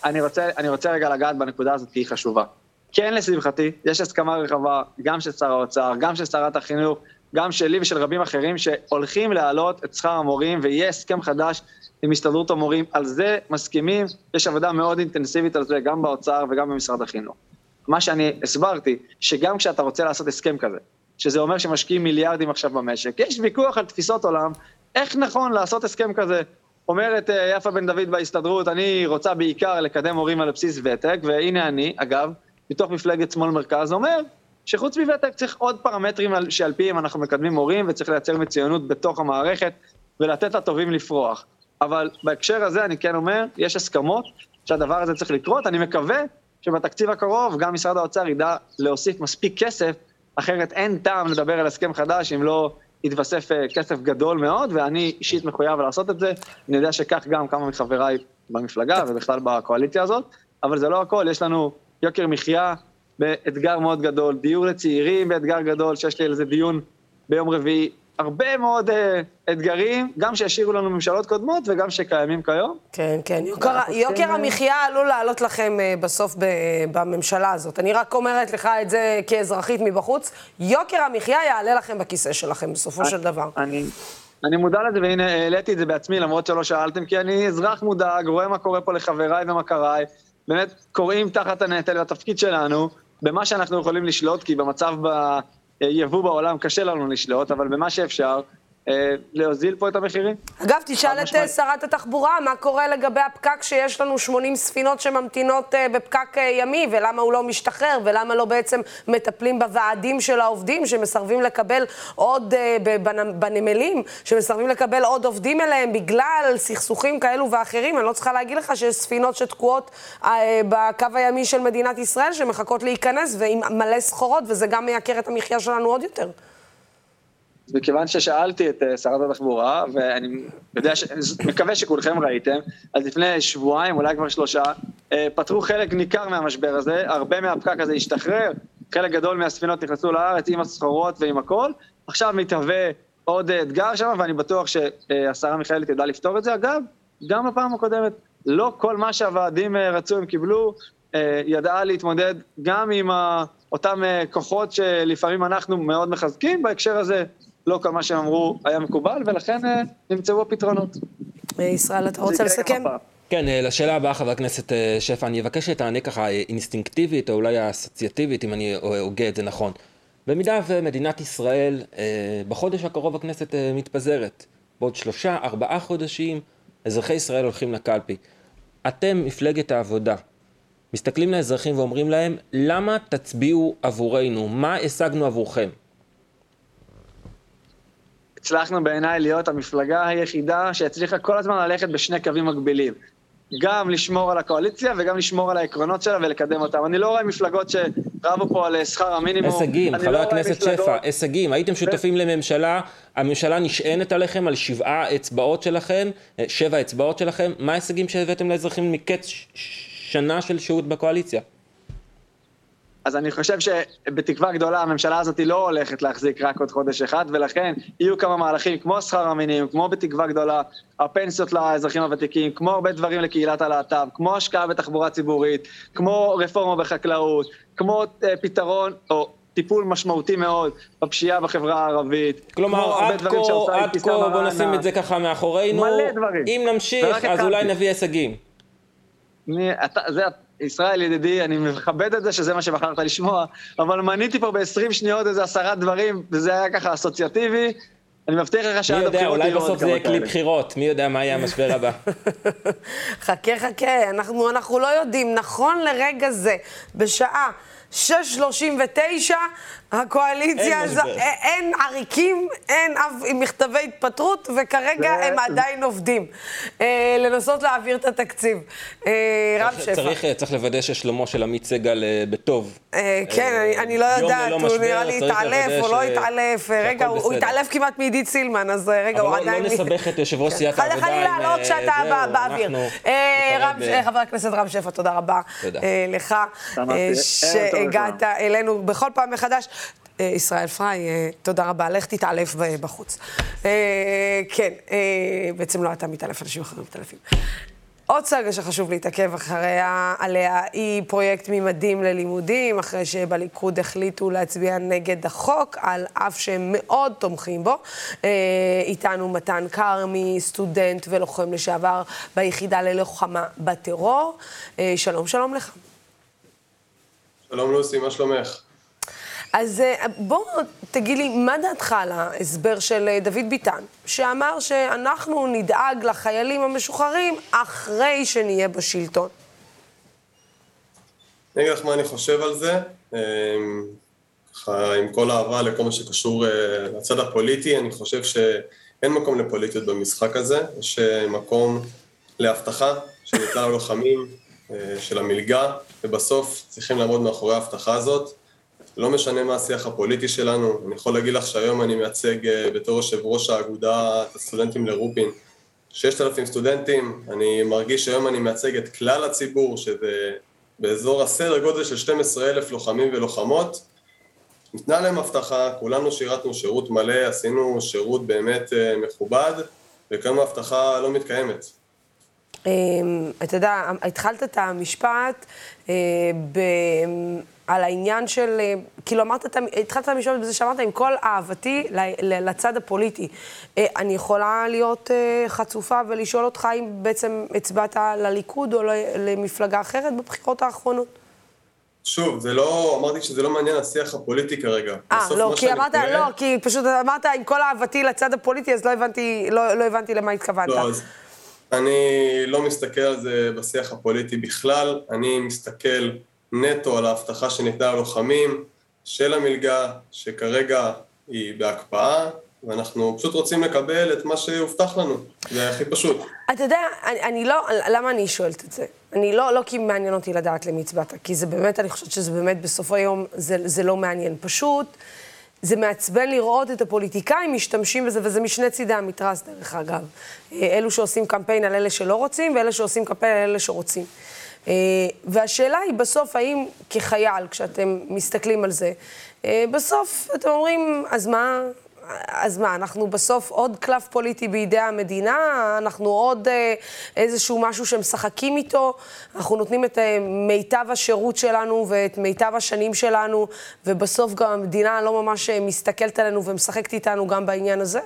אני רוצה רגע לגעת בנקודה הזאת, כי היא חשובה. כן, לשמחתי, יש הסכמה רחבה, גם של שר האוצר, גם של שרת החינוך, גם שלי ושל רבים אחרים, שהולכים להעלות את שכר המורים, ויהיה הסכם חדש עם הסתדרות המורים. על זה מסכימים, יש עבודה מאוד אינטנסיבית על זה, גם באוצר וגם במשרד החינוך. מה שאני הסברתי, שגם כשאתה רוצה לעשות הסכם כזה, שזה אומר שמשקיעים מיליארדים עכשיו במשק, יש ויכוח על תפיסות עולם, איך נכון לעשות הסכם כזה. אומרת יפה בן דוד בהסתדרות, אני רוצה בעיקר לקדם מורים על בסיס ותק, והנה אני, אגב, בתוך מפלגת שמאל מרכז, אומר שחוץ מוותק צריך עוד פרמטרים שעל פיהם אנחנו מקדמים מורים, וצריך לייצר מצוינות בתוך המערכת, ולתת לטובים לפרוח. אבל בהקשר הזה אני כן אומר, יש הסכמות שהדבר הזה צריך לקרות, אני מקווה שבתקציב הקרוב גם משרד האוצר ידע להוסיף מספיק כסף, אחרת אין טעם לדבר על הסכם חדש אם לא יתווסף כסף גדול מאוד, ואני אישית מחויב לעשות את זה, אני יודע שכך גם כמה מחבריי במפלגה ובכלל בקואליציה הזאת, אבל זה לא הכל, יש לנו יוקר מחיה באתגר מאוד גדול, דיור לצעירים באתגר גדול, שיש לי על זה דיון ביום רביעי, הרבה מאוד אתגרים, גם שהשאירו לנו ממשלות קודמות וגם שקיימים כיום. כן, כן. יוקר המחיה עלול לעלות לכם בסוף בממשלה הזאת. אני רק אומרת לך את זה כאזרחית מבחוץ, יוקר המחיה יעלה לכם בכיסא שלכם בסופו של דבר. אני מודע לזה, והנה העליתי את זה בעצמי, למרות שלא שאלתם, כי אני אזרח מודאג, רואה מה קורה פה לחבריי ומכריי, באמת קוראים תחת הנטל והתפקיד שלנו, במה שאנחנו יכולים לשלוט, כי במצב יבוא בעולם קשה לנו לשלוט, אבל במה שאפשר, להוזיל פה את המחירים. אגב, תשאל את שרת התחבורה, מה קורה לגבי הפקק שיש לנו 80 ספינות שממתינות בפקק ימי, ולמה הוא לא משתחרר, ולמה לא בעצם מטפלים בוועדים של העובדים, שמסרבים לקבל עוד, בנמלים, שמסרבים לקבל עוד עובדים אליהם, בגלל סכסוכים כאלו ואחרים. אני לא צריכה להגיד לך שיש ספינות שתקועות בקו הימי של מדינת ישראל, שמחכות להיכנס, ועם מלא סחורות, וזה גם מייקר את המחיה שלנו עוד יותר. מכיוון ששאלתי את שרת התחבורה, ואני מקווה שכולכם ראיתם, אז לפני שבועיים, אולי כבר 3, פתרו חלק ניכר מהמשבר הזה, הרבה מהפקק הזה השתחרר, חלק גדול מהספינות נכנסו לארץ עם הסחורות ועם הכל, עכשיו מתהווה עוד אתגר שם, ואני בטוח שהשרה מיכאלי תדע לפתור את זה. אגב, גם בפעם הקודמת, לא כל מה שהוועדים רצו הם קיבלו, ידעה להתמודד גם עם אותם כוחות שלפעמים אנחנו מאוד מחזקים, בהקשר הזה לא כל מה שהם אמרו היה מקובל, ולכן נמצאו הפתרונות. ישראל, אתה רוצה לסכם? כן, לשאלה הבאה, חבר הכנסת שפע, אני אבקש שתענה ככה אינסטינקטיבית, או אולי אסוציאטיבית, אם אני הוגה את זה נכון. במידה ומדינת ישראל, בחודש הקרוב הכנסת מתפזרת, בעוד 3-4 חודשים, אזרחי ישראל הולכים לקלפי. אתם, מפלגת העבודה, מסתכלים לאזרחים ואומרים להם, למה תצביעו עבורנו? מה השגנו עבורכם? הצלחנו בעיניי להיות המפלגה היחידה שהצליחה כל הזמן ללכת בשני קווים מקבילים. גם לשמור על הקואליציה וגם לשמור על העקרונות שלה ולקדם אותם. אני לא רואה מפלגות שרבו פה על שכר המינימום. הישגים, חבר הכנסת שפע, הישגים. הייתם שותפים לממשלה, הממשלה נשענת עליכם על 7 אצבעות שלכם, 7 אצבעות שלכם. מה ההישגים שהבאתם לאזרחים מקץ שנה של שהות בקואליציה? אז אני חושב שבתקווה גדולה הממשלה הזאת לא הולכת להחזיק רק עוד חודש אחד, ולכן יהיו כמה מהלכים כמו שכר המינימום, כמו בתקווה גדולה, הפנסיות לאזרחים הוותיקים, כמו הרבה דברים לקהילת הלהט"ב, כמו השקעה בתחבורה ציבורית, כמו רפורמה בחקלאות, כמו פתרון או טיפול משמעותי מאוד בפשיעה בחברה הערבית. כלומר, עד כה, בוא נשים את זה ככה מאחורינו. מלא דברים. אם נמשיך, אז אולי נביא הישגים. ישראל ידידי, אני מכבד את זה שזה מה שבחרת לשמוע, אבל מניתי פה ב-20 שניות איזה 10 דברים, וזה היה ככה אסוציאטיבי. אני מבטיח לך שעד הבחירות יהיו עוד כמה כאלה. אולי בסוף זה יהיה כלי בחירות, מי יודע מה יהיה המשבר הבא. חכה, אנחנו לא יודעים, נכון לרגע זה, בשעה 6:39, הקואליציה, אין עריקים, אין אף מכתבי התפטרות, וכרגע הם עדיין עובדים. לנסות להעביר את התקציב. רב שפע. צריך לוודא ששלומו של עמית סגל בטוב. כן, אני לא יודעת, הוא נראה לי התעלף או לא התעלף. רגע, הוא התעלף כמעט מעידית סילמן, אז רגע, הוא עדיין... אבל לא נסבך את יושב ראש סיעת העבודה. חלילה, לא כשאתה באוויר. חבר הכנסת רב שפע, תודה רבה לך שהגעת אלינו בכל פעם מחדש. ישראל פריי, תודה רבה, לך תתעלף בחוץ. כן, בעצם לא אתה מתעלף, אנשים אחרים מתעלפים. עוד סגה שחשוב להתעכב אחריה עליה היא פרויקט ממדים ללימודים, אחרי שבליכוד החליטו להצביע נגד החוק, על אף שהם מאוד תומכים בו. איתנו מתן כרמי, סטודנט ולוחם לשעבר ביחידה ללוחמה בטרור. שלום לך. שלום לוסי, מה שלומך? אז בוא תגיד לי, מה דעתך על ההסבר של דוד ביטן, שאמר שאנחנו נדאג לחיילים המשוחררים אחרי שנהיה בשלטון? אני אגיד לך מה אני חושב על זה, עם כל האהבה לכל מה שקשור לצד הפוליטי, אני חושב שאין מקום לפוליטיות במשחק הזה, יש מקום להבטחה שניתנה ללוחמים של המלגה, ובסוף צריכים לעמוד מאחורי ההבטחה הזאת. לא משנה מה השיח הפוליטי שלנו, אני יכול להגיד לך שהיום אני מייצג בתור יושב ראש האגודה את הסטודנטים לרופין, 6,000 סטודנטים, אני מרגיש שהיום אני מייצג את כלל הציבור, שזה באזור הסדר גודל של 12,000 לוחמים ולוחמות, ניתנה להם הבטחה, כולנו שירתנו שירות מלא, עשינו שירות באמת מכובד, וכמה הבטחה לא מתקיימת. אתה יודע, התחלת את המשפט על העניין של, כאילו התחלת את המשפט בזה שאמרת, עם כל אהבתי לצד הפוליטי. אני יכולה להיות חצופה ולשאול אותך אם בעצם הצבעת לליכוד או למפלגה אחרת בבחירות האחרונות? שוב, זה לא, אמרתי שזה לא מעניין השיח הפוליטי כרגע. לא, כי אמרת, לא, כי פשוט אמרת עם כל אהבתי לצד הפוליטי, אז לא הבנתי למה התכוונת. לא, אז אני לא מסתכל על זה בשיח הפוליטי בכלל, אני מסתכל נטו על ההבטחה שניתנה ללוחמים של המלגה, שכרגע היא בהקפאה, ואנחנו פשוט רוצים לקבל את מה שהובטח לנו. זה הכי פשוט. אתה יודע, אני לא, למה אני שואלת את זה? אני לא כי מעניין אותי לדעת למי הצבעת, כי זה באמת, אני חושבת שזה באמת בסוף היום, זה לא מעניין. פשוט, זה מעצבן לראות את הפוליטיקאים משתמשים בזה, וזה משני צידי המתרס דרך אגב. אלו שעושים קמפיין על אלה שלא רוצים, ואלה שעושים קמפיין על אלה שרוצים. והשאלה היא בסוף, האם כחייל, כשאתם מסתכלים על זה, בסוף אתם אומרים, אז מה, אנחנו בסוף עוד קלף פוליטי בידי המדינה, אנחנו עוד איזשהו משהו שמשחקים איתו, אנחנו נותנים את מיטב השירות שלנו ואת מיטב השנים שלנו, ובסוף גם המדינה לא ממש מסתכלת עלינו ומשחקת איתנו גם בעניין הזה?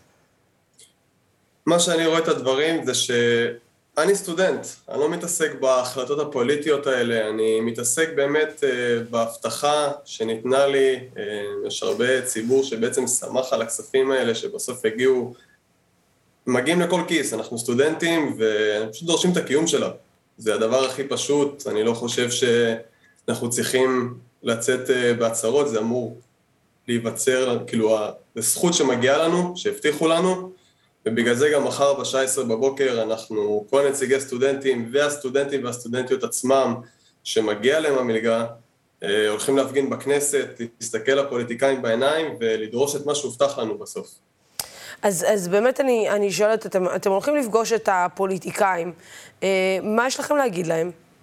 מה שאני רואה את הדברים זה שאני סטודנט, אני לא מתעסק בהחלטות הפוליטיות האלה, אני מתעסק באמת בהבטחה שניתנה לי, יש הרבה ציבור שבעצם שמח על הכספים האלה שבסוף מגיעים לכל כיס, אנחנו סטודנטים ופשוט דורשים את הקיום שלה, זה הדבר הכי פשוט, אני לא חושב שאנחנו צריכים לצאת בהצהרות, זה אמור להיווצר, כאילו זה זכות שמגיעה לנו, שהבטיחו לנו, ובגלל זה גם מחר בשעה 10 בבוקר אנחנו, כל נציגי סטודנטים והסטודנטים והסטודנטיות עצמם שמגיע להם המלגה, הולכים להפגין בכנסת, להסתכל לפוליטיקאים בעיניים ולדרוש את מה שהובטח לנו בסוף. אז באמת אני שואלת, אתם הולכים לפגוש את הפוליטיקאים, מה יש לכם להגיד להם?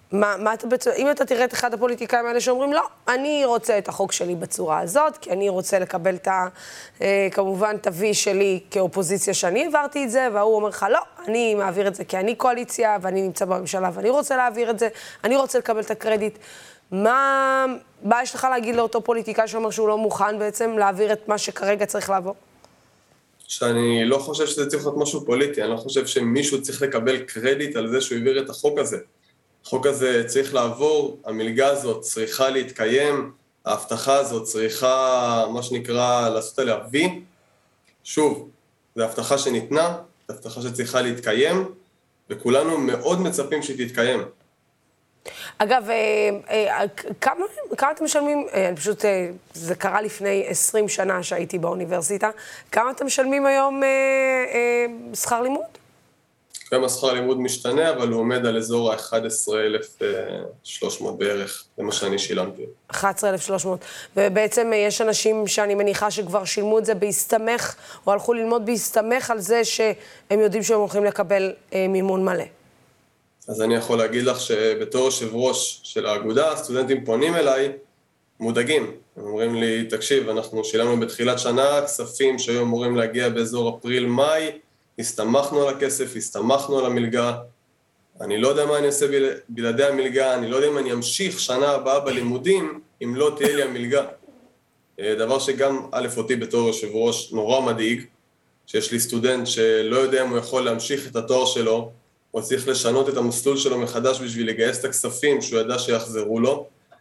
אם אתה תראה את אחד הפוליטיקאים האלה שאומרים, לא, אני רוצה את החוק שלי בצורה הזאת, כי אני רוצה לקבל כמובן את ה-V שלי כאופוזיציה שאני העברתי את זה, והוא אומר לך, לא, אני מעביר את זה כי אני קואליציה, ואני נמצא בממשלה, ואני רוצה להעביר את זה, אני רוצה לקבל את הקרדיט. מה יש לך להגיד לאותו פוליטיקאי שאומר שהוא לא מוכן בעצם להעביר את מה שכרגע צריך לעבור? שאני לא חושב שזה צריך להיות משהו פוליטי, אני לא חושב שמישהו צריך לקבל קרדיט על זה שהוא העביר את החוק הזה. החוק הזה צריך לעבור, המלגה הזאת צריכה להתקיים, ההבטחה הזאת צריכה, מה שנקרא, לעשות עליה וי. שוב, זו הבטחה שניתנה, זו הבטחה שצריכה להתקיים, וכולנו מאוד מצפים שהיא תתקיים. אגב, כמה אתם משלמים, פשוט, זה קרה לפני 20 שנה שהייתי באוניברסיטה, כמה אתם משלמים היום שכר לימוד? כמה השכר לימוד משתנה, אבל הוא עומד על אזור ה-11,300 בערך, זה מה שאני שילמתי. 11,300, ובעצם יש אנשים שאני מניחה שכבר שילמו את זה בהסתמך, או הלכו ללמוד בהסתמך על זה שהם יודעים שהם הולכים לקבל מימון מלא. אז אני יכול להגיד לך שבתור יושב ראש של האגודה, הסטודנטים פונים אליי מודאגים. הם אומרים לי, תקשיב, אנחנו שילמנו בתחילת שנה, כספים שהיו אמורים להגיע באזור אפריל-מאי, הסתמכנו על הכסף, הסתמכנו על המלגה. אני לא יודע מה אני אעשה בלעדי המלגה, אני לא יודע אם אני אמשיך שנה הבאה בלימודים, אם לא תהיה לי המלגה. דבר שגם אותי בתור יושב ראש נורא מדאיג, שיש לי סטודנט שלא יודע אם הוא יכול להמשיך את התואר שלו, הוא צריך לשנות את המסלול שלו מחדש בשביל לגייס את הכספים שהוא ידע שיחזרו לו.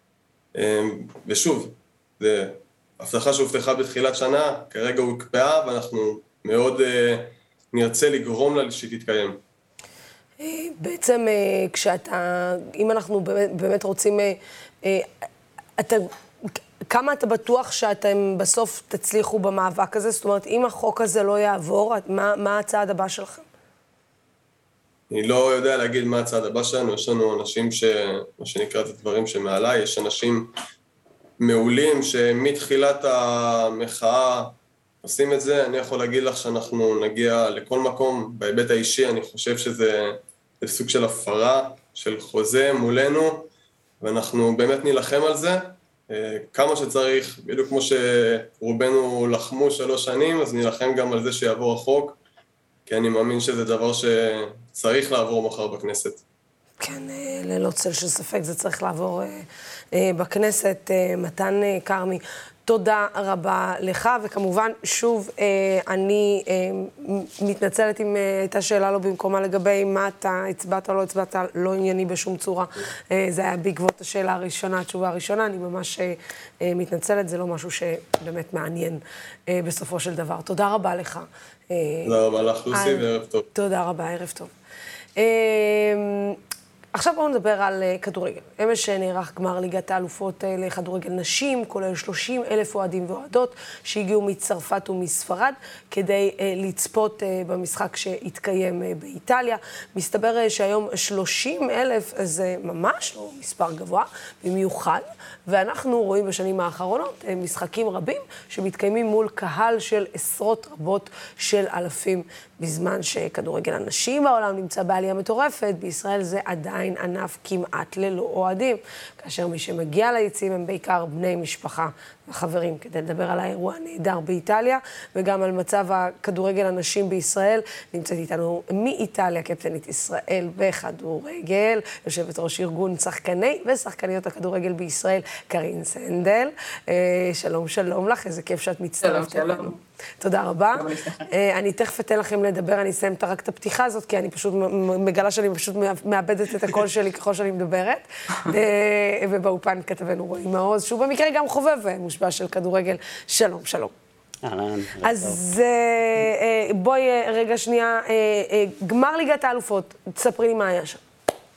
ושוב, זו הבטחה שהובטחה בתחילת שנה, כרגע הוא הקפאה ואנחנו מאוד נרצה לגרום לה שתתקיים. בעצם אם אנחנו באמת רוצים, כמה אתה בטוח שאתם בסוף תצליחו במאבק הזה? זאת אומרת, אם החוק הזה לא יעבור, מה הצעד הבא שלכם? אני לא יודע להגיד מה הצעד הבא שלנו, יש לנו אנשים מה שנקרא את הדברים שמעליי, יש אנשים מעולים שמתחילת המחאה עושים את זה. אני יכול להגיד לך שאנחנו נגיע לכל מקום, בהיבט האישי אני חושב שזה סוג של הפרה, של חוזה מולנו, ואנחנו באמת נילחם על זה, כמה שצריך, בדיוק כמו שרובנו לחמו 3 שנים, אז נילחם גם על זה שיעבור החוק, כי אני מאמין שזה דבר שצריך לעבור מחר בכנסת. כן, ללא צל של ספק, זה צריך לעבור בכנסת. מתן כרמי, תודה רבה לך, וכמובן, שוב, אני מתנצלת אם הייתה שאלה לא במקומה לגבי מה אתה הצבעת או לא הצבעת, לא ענייני בשום צורה. זה היה בעקבות השאלה הראשונה, התשובה הראשונה, אני ממש מתנצלת, זה לא משהו שבאמת מעניין בסופו של דבר. תודה רבה לך. תודה רבה לך, לוסי, וערב טוב. תודה רבה, ערב טוב. עכשיו בואו נדבר על כדורגל. אמש נערך גמר ליגת האלופות לכדורגל נשים, כולל 30,000 אוהדים ואוהדות שהגיעו מצרפת ומספרד כדי לצפות במשחק שהתקיים באיטליה. מסתבר שהיום 30,000 זה ממש לא מספר גבוה, במיוחד, ואנחנו רואים בשנים האחרונות משחקים רבים שמתקיימים מול קהל של עשרות רבות של אלפים, בזמן שכדורגל הנשים בעולם נמצא בעלייה מטורפת. בישראל זה עדיין ענף כמעט ללא אוהדים, כאשר מי שמגיע ליציעים הם בעיקר בני משפחה וחברים, כדי לדבר על האירוע הנהדר באיטליה, וגם על מצב הכדורגל הנשים בישראל. נמצאת איתנו מאיטליה, קפטנית ישראל בכדורגל, יושבת ראש ארגון שחקני ושחקניות הכדורגל בישראל, קרין סנדל. שלום, שלום לך, איזה כיף שאת מצטרפת. שלום. תודה רבה. אני תכף אתן לכם לדבר, אני אסיים רק את הפתיחה הזאת, כי אני פשוט מגלה שאני פשוט מאבדת את הקול שלי ככל שאני מדברת. ובאופן כתבנו רועי מעוז, שהוא במקרה גם חובב מושבע של כדורגל. שלום, שלום. אהלן. אז בואי רגע שנייה, גמר ליגת האלופות, תספרי לי מה היה שם.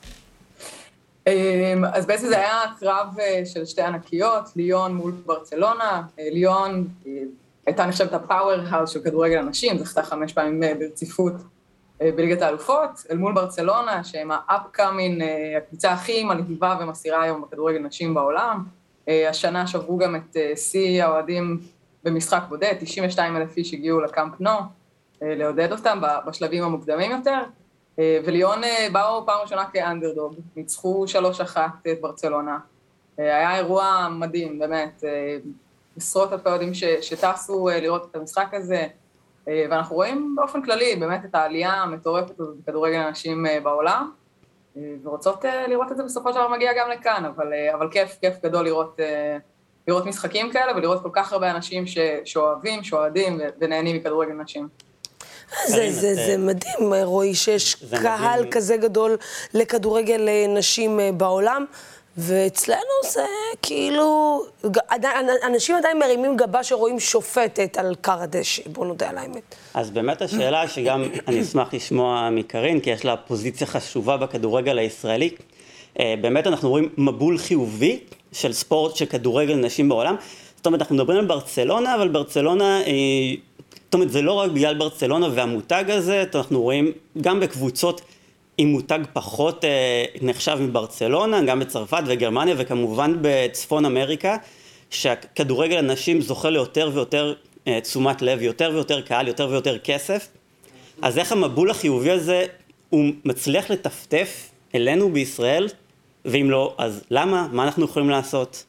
אז בעצם זה היה קרב של שתי ענקיות, ליון מול ברצלונה. ליון הייתה נחשבת הפאוור האוס של כדורגל הנשים, זכתה 5 פעמים ברציפות בליגת האלופות, אל מול ברצלונה, שהם ה-upcoming, הקבוצה הכי מלהיבה ומסירה היום בכדורגל נשים בעולם. השנה שברו גם את שיא האוהדים במשחק בודד, 92,000 איש הגיעו לקאמפ נו, לעודד אותם בשלבים המוקדמים יותר. וליון באו פעם ראשונה כאנדרדוג, ניצחו 3-1 את ברצלונה. היה אירוע מדהים, באמת, עשרות אלפי אוהדים שטסו לראות את המשחק הזה, ואנחנו רואים באופן כללי באמת את העלייה המטורפת הזאת בכדורגל הנשים בעולם, ורוצות לראות את זה בסופו של דבר מגיע גם לכאן, אבל כיף גדול לראות משחקים כאלה, ולראות כל כך הרבה אנשים שאוהבים, שאוהדים ונהנים מכדורגל נשים. זה מדהים, רועי, שיש קהל כזה גדול לכדורגל נשים בעולם, ואצלנו זה כאילו, אנשים עדיין מרימים גבה שרואים שופטת על קר הדשא, בוא נודה על האמת. אז באמת השאלה שגם אני אשמח לשמוע מקרין, כי יש לה פוזיציה חשובה בכדורגל הישראלי. באמת אנחנו רואים מבול חיובי של ספורט של כדורגל נשים בעולם. זאת אומרת, אנחנו מדברים על ברצלונה, אבל ברצלונה, זאת אומרת, זה לא רק בגלל ברצלונה והמותג הזה, אנחנו רואים גם בקבוצות עם מותג פחות נחשב מברצלונה, גם בצרפת וגרמניה, וכמובן בצפון אמריקה, שהכדורגל הנשים זוכה ליותר ויותר תשומת לב, יותר ויותר קהל, יותר ויותר כסף. אז איך המבול החיובי הזה הוא מצליח לטפטף אלינו בישראל, ואם לא, אז למה? מה אנחנו יכולים לעשות?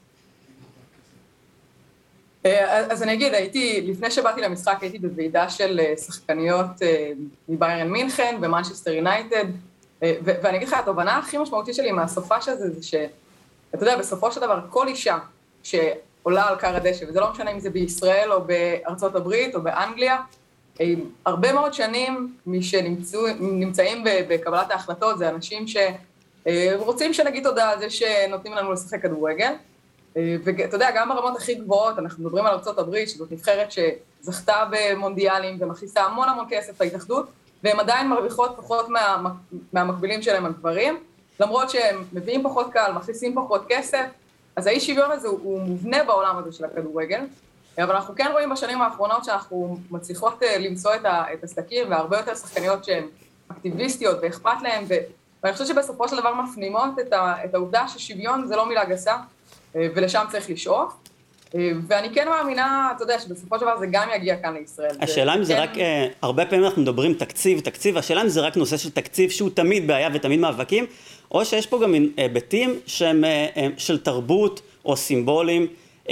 אז אני אגיד, לפני שבאתי למשחק, הייתי בוועידה של שחקניות מביירן מינכן ומנצ'סטר יונייטד, ואני אגיד לך, התובנה הכי משמעותית שלי מהסופה של זה, זה שאתה יודע, בסופו של דבר, כל אישה שעולה על קר הדשא, וזה לא משנה אם זה בישראל או בארצות הברית או באנגליה, הרבה מאוד שנים מי שנמצאים בקבלת ההחלטות, זה אנשים שרוצים שנגיד תודה על זה שנותנים לנו לשחק כדורגל, ואתה יודע, גם ברמות הכי גבוהות, אנחנו מדברים על ארצות הברית, שזאת נבחרת שזכתה במונדיאלים ומכניסה המון כסף להתאחדות, והם עדיין מרוויחות פחות מהמקבילים שלהם על גברים, למרות שהם מביאים פחות קהל, מכניסים פחות כסף, אז האי שוויון הזה הוא מובנה בעולם הזה של הכדורגל, אבל אנחנו כן רואים בשנים האחרונות שאנחנו מצליחות למצוא את הסדקים, והרבה יותר שחקניות שהן אקטיביסטיות ואכפת להן, ואני חושבת שבסופו של דבר מפנימות את העובדה ששוויון זה לא מילה גסה, ולשם צריך לשאוף. ואני כן מאמינה, אתה יודע, שבסופו של דבר זה גם יגיע כאן לישראל. השאלה אם זה רק, הרבה פעמים אנחנו מדברים תקציב, השאלה אם זה רק נושא של תקציב שהוא תמיד בעיה ותמיד מאבקים, או שיש פה גם היבטים שהם של תרבות או סימבולים.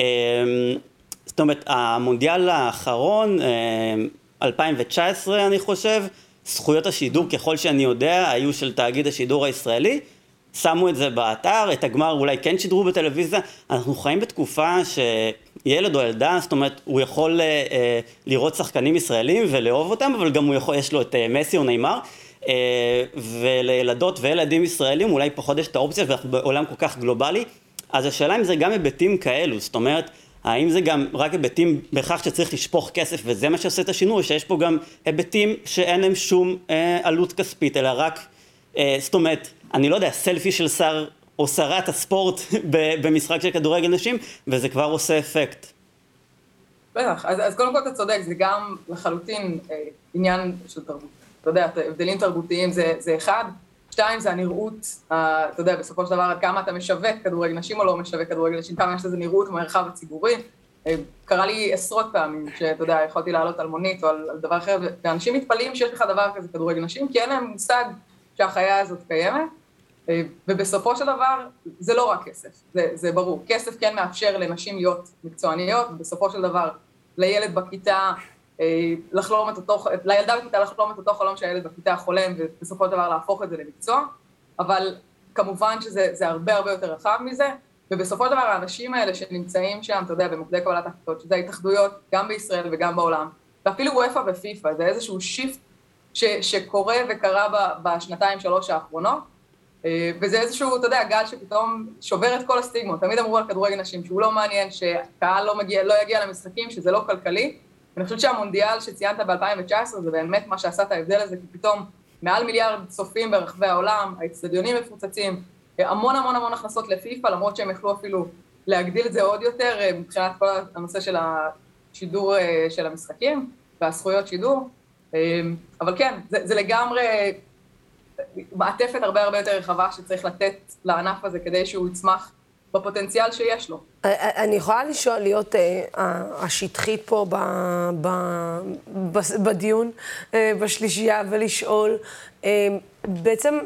זאת אומרת, המונדיאל האחרון, 2019 אני חושב, זכויות השידור ככל שאני יודע, היו של תאגיד השידור הישראלי, שמו את זה באתר, את הגמר אולי כן שידרו בטלוויזיה. אנחנו חיים בתקופה שילד או ילדה, זאת אומרת, הוא יכול לראות שחקנים ישראלים ולאהוב אותם, אבל גם יש לו את מסי או ניימר, ולילדות וילדים ישראלים אולי פחות יש את האופציה, ואנחנו בעולם כל כך גלובלי. אז השאלה אם זה גם היבטים כאלו, זאת אומרת, האם זה גם רק היבטים בכך שצריך לשפוך כסף וזה מה שעושה את השינוי, שיש פה גם היבטים שאין להם שום עלות כספית, אלא רק, זאת אומרת, אני לא יודע, סלפי של שר או שרת הספורט במשחק של כדורגל נשים, וזה כבר עושה אפקט. בטח, אז קודם כל אתה צודק, זה גם לחלוטין עניין של תרבות. אתה יודע, הבדלים תרבותיים זה אחד, שתיים זה הנראות, אתה יודע, בסופו של דבר עד כמה אתה משווק כדורגל נשים או לא משווק כדורגל נשים, כמה יש לזה נראות במרחב הציבורי. קרה לי עשרות פעמים שאתה יודע, יכולתי לעלות על מונית או על דבר אחר, ואנשים מתפלאים שיש לך דבר כזה כדורגל נשים, כי אין להם מושג שהחיה הזאת קיימת, ובסופו של דבר זה לא רק כסף, זה ברור. כסף כן מאפשר לנשים להיות מקצועניות, ובסופו של דבר לילד בכיתה לחלום את אותו, לילדה בכיתה לחלום את אותו חלום שהילד בכיתה חולם, ובסופו של דבר להפוך את זה למקצוע, אבל כמובן שזה הרבה יותר רחב מזה, ובסופו של דבר האנשים האלה שנמצאים שם, אתה יודע, במוקדי קבלת החלטות, שזה התאחדויות גם בישראל וגם בעולם, ואפילו וופא ופיפא, זה איזשהו שיפט שקורה וקרה בשנתיים שלוש האחרונות, וזה איזשהו, אתה יודע, גל שפתאום שובר את כל הסטיגמות. תמיד אמרו על כדורגל נשים שהוא לא מעניין, שקהל לא יגיע למשחקים, שזה לא כלכלי. אני חושבת שהמונדיאל שציינת ב-2019 זה באמת מה שעשה את ההבדל הזה, כי פתאום מעל מיליארד צופים ברחבי העולם, האצטדיונים מפוצצים, המון הכנסות לפיפא, למרות שהם יכלו אפילו להגדיל את זה עוד יותר, מבחינת כל הנושא של השידור של המשחקים והזכויות שידור. אבל כן, זה לגמרי מעטפת הרבה יותר רחבה שצריך לתת לענף הזה כדי שהוא יצמח בפוטנציאל שיש לו. אני יכולה להיות השטחית פה בדיון, בשלישייה, ולשאול, בעצם,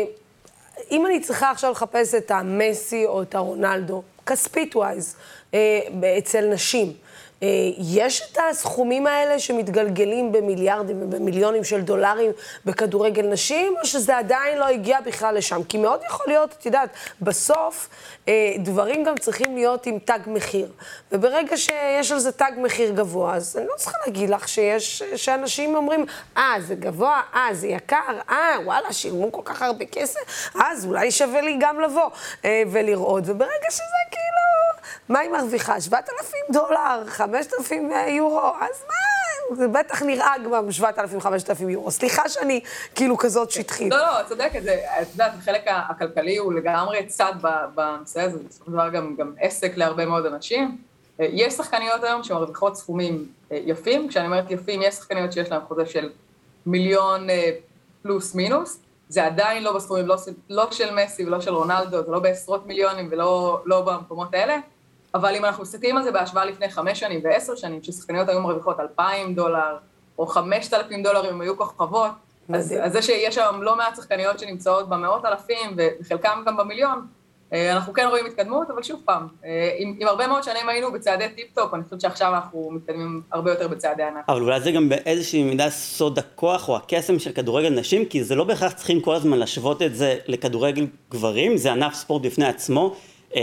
אם אני צריכה עכשיו לחפש את המסי או את הרונלדו, כספית ווייז, אצל נשים, יש את הסכומים האלה שמתגלגלים במיליארדים ובמיליונים של דולרים בכדורגל נשים, או שזה עדיין לא הגיע בכלל לשם? כי מאוד יכול להיות, את יודעת, בסוף דברים גם צריכים להיות עם תג מחיר. וברגע שיש על זה תג מחיר גבוה, אז אני לא צריכה להגיד לך שאנשים אומרים, זה גבוה, זה יקר, וואלה, שילמו כל כך הרבה כסף, אז אולי שווה לי גם לבוא ולראות. וברגע שזה כאילו, מה היא מרוויחה? $7,000, $5,000 יורו, אז מה? זה בטח נראה גם $7,000-5,000. סליחה שאני כאילו כזאת שטחית. לא, צודקת, את יודעת, החלק הכלכלי הוא לגמרי צד בנושא הזה, בסופו של דבר גם עסק להרבה מאוד אנשים. יש שחקניות היום שמרוויחות סכומים יפים, כשאני אומרת יפים, יש שחקניות שיש להם חוזה של מיליון פלוס מינוס, זה עדיין לא בסכומים, לא של מסי ולא של רונלדו, זה לא בעשרות מיליונים ולא במקומות האלה, אבל אם אנחנו מסתכלים על זה בהשוואה לפני 5 שנים ו10 שנים, ששחקניות היו מרוויחות $2,000 או $5,000 אם הם היו כוכבות, אז זה שיש היום לא מעט שחקניות שנמצאות במאות אלפים וחלקם גם במיליון, אנחנו כן רואים התקדמות, אבל שוב פעם, עם הרבה מאוד שנים היינו בצעדי טיפ-טופ, אני חושבת שעכשיו אנחנו מתקדמים הרבה יותר בצעדי ענק. אבל אולי זה גם באיזושהי מידה סוד הכוח או הקסם של כדורגל נשים, כי זה לא בהכרח צריכים כל הזמן להשוות את זה לכדורגל גברים, זה ענף ספורט בפני עצמו,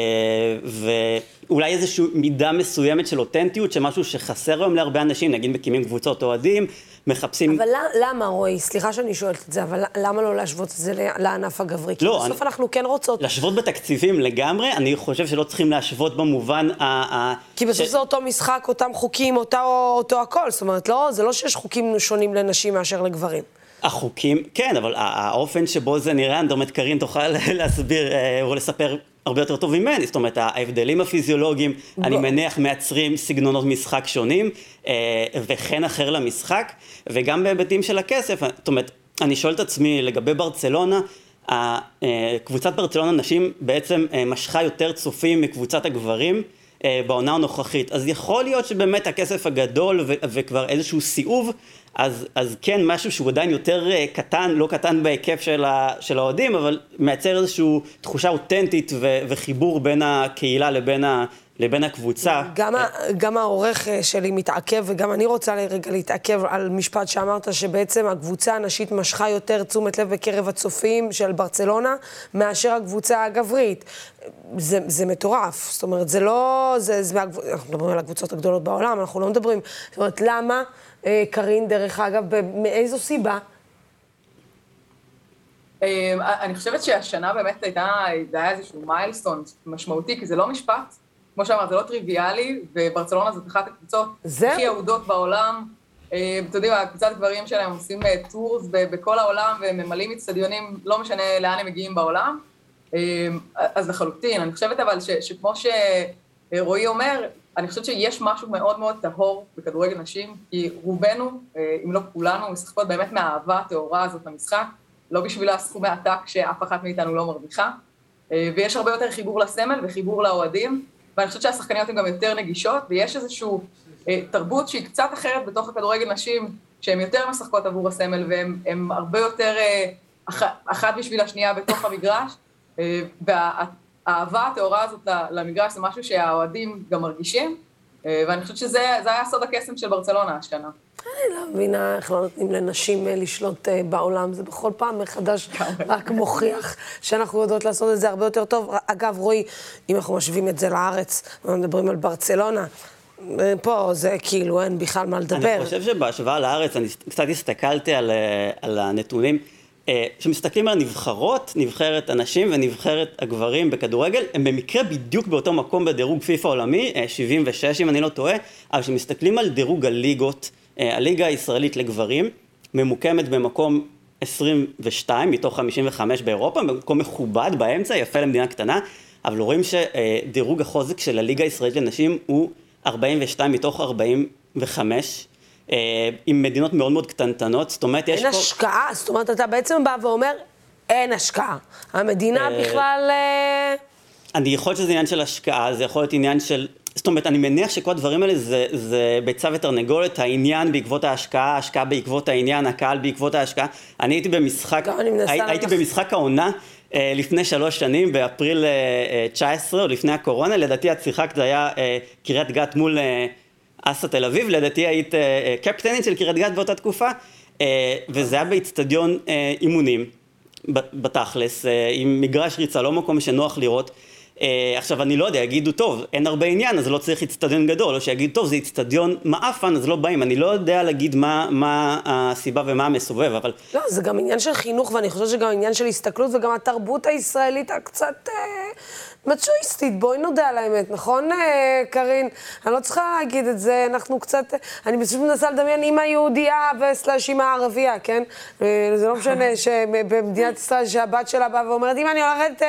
ואולי איזושהי מידה מסוימת של אותנטיות, שמשהו שחסר היום להרבה אנשים, נגיד מקימים קבוצות אוהדים, מחפשים... אבל למה, רועי? סליחה שאני שואלת את זה, אבל למה לא להשוות את זה לענף הגברי? כי בסוף אנחנו כן רוצות... להשוות בתקציבים לגמרי, אני חושב שלא צריכים להשוות במובן כי בסוף זה אותו משחק, אותם חוקים, אותו הכל, זאת אומרת, זה לא שיש חוקים שונים לנשים מאשר לגברים. החוקים, כן, אבל האופן שבו זה נראה, אנדרמט קרין תוכל להסביר או לספר הרבה יותר טוב ממני, זאת אומרת, ההבדלים הפיזיולוגיים, אני מניח מייצרים סגנונות משחק שונים, וכן אחר למשחק, וגם בהיבטים של הכסף, זאת אומרת, אני שואל את עצמי לגבי ברצלונה, קבוצת ברצלונה נשים בעצם משכה יותר צופים מקבוצת הגברים, בעונה הנוכחית, אז יכול להיות שבאמת הכסף הגדול וכבר איזשהו סיאוב, אז כן, משהו שהוא עדיין יותר קטן, לא קטן בהיקף של האוהדים, אבל מייצר איזושהי תחושה אותנטית וחיבור בין הקהילה לבין הקבוצה. גם העורך שלי מתעכב, וגם אני רוצה רגע להתעכב על משפט שאמרת, שבעצם הקבוצה הנשית משכה יותר תשומת לב בקרב הצופים של ברצלונה, מאשר הקבוצה הגברית. זה מטורף, זאת אומרת, זה לא, אנחנו מדברים על הקבוצות הגדולות בעולם, אנחנו לא מדברים, זאת אומרת, למה, קרין, דרך אגב, מאיזו סיבה? אני חושבת שהשנה באמת היה איזשהו מיילסטון משמעותי, כי זה לא משפט, כמו שאמרת, זה לא טריוויאלי, וברצלונה זאת אחת הקבוצות הכי אהודות בעולם. אתם יודעים, הקבוצת גברים שלהם עושים טורס בכל העולם, והם ממלאים אצטדיונים, לא משנה לאן הם מגיעים בעולם. אז לחלוטין, אני חושבת אבל שכמו שרועי אומר, אני חושבת שיש משהו מאוד מאוד טהור בכדורגל נשים, כי רובנו, אם לא כולנו, משחקות באמת מהאהבה הטהורה הזאת למשחק, לא בשביל הסכומי עתק שאף אחת מאיתנו לא מרוויחה, ויש הרבה יותר חיבור לסמל וחיבור לאוהדים, ואני חושבת שהשחקניות הן גם יותר נגישות, ויש איזושהי תרבות שהיא קצת אחרת בתוך הכדורגל נשים, שהן יותר משחקות עבור הסמל, והן הרבה יותר אחת בשביל השנייה בתוך המגרש, והאהבה התאורה הזאת למגרש זה משהו שהאוהדים גם מרגישים, ואני חושבת שזה היה סוד הקסם של ברצלונה השנה. אני לא מבינה איך לא נותנים לנשים לשלוט בעולם, זה בכל פעם מחדש רק מוכיח שאנחנו יודעות לעשות את זה הרבה יותר טוב. אגב, רועי, אם אנחנו משווים את זה לארץ, מדברים על ברצלונה, פה זה כאילו אין בכלל מה לדבר. אני חושב שבהשוואה לארץ, אני קצת הסתכלתי על הנתונים, שמסתכלים על נבחרות, נבחרת הנשים ונבחרת הגברים בכדורגל, הם במקרה בדיוק באותו מקום בדירוג פיפ"א עולמי, 76 אם אני לא טועה, אבל שמסתכלים על דירוג הליגות, הליגה הישראלית לגברים, ממוקמת במקום 22 מתוך 55 באירופה, במקום מכובד באמצע, יפה למדינה קטנה, אבל רואים שדירוג החוזק של הליגה הישראלית לנשים הוא 42 מתוך 45, עם מדינות מאוד מאוד קטנטנות, זאת אומרת, יש פה... אין השקעה, זאת אומרת, אתה בעצם בא ואומר, אין השקעה. המדינה בכלל... אני יכול שזה עניין של השקעה, זה יכול להיות עניין של... זאת אומרת, אני מניח שכל הדברים האלה זה ביצה ותרנגולת, העניין בעקבות ההשקעה, ההשקעה בעקבות העניין, הקהל בעקבות ההשקעה. אני הייתי במשחק העונה לפני 3 שנים, באפריל 19, או לפני הקורונה, לדעתי את שיחקת, זה היה קריית גת מול אסה תל אביב, לדעתי היית קפטנית של קריית גת באותה תקופה, וזה היה באצטדיון אימונים, בתכלס, עם מגרש ריצה, לא מקום שנוח לראות. עכשיו אני לא יודע, יגידו טוב, אין הרבה עניין, אז לא צריך אצטדיון גדול, או שיגיד טוב, זה אצטדיון מאפן, אז לא באים. אני לא יודע להגיד מה הסיבה ומה המסובב, אבל... לא, זה גם עניין של חינוך, ואני חושבת שגם עניין של הסתכלות, וגם התרבות הישראלית הקצת מצ'ואיסטית, בואי נודה על האמת, נכון, קרין? אני לא צריכה להגיד את זה, אנחנו קצת... אני פשוט מנסה לדמיין אימא יהודייה וסלש אימא ערבייה, כן? זה לא משנה שבמדינת ישראל שהבת שלה באה ואומרת, אם אני הולכת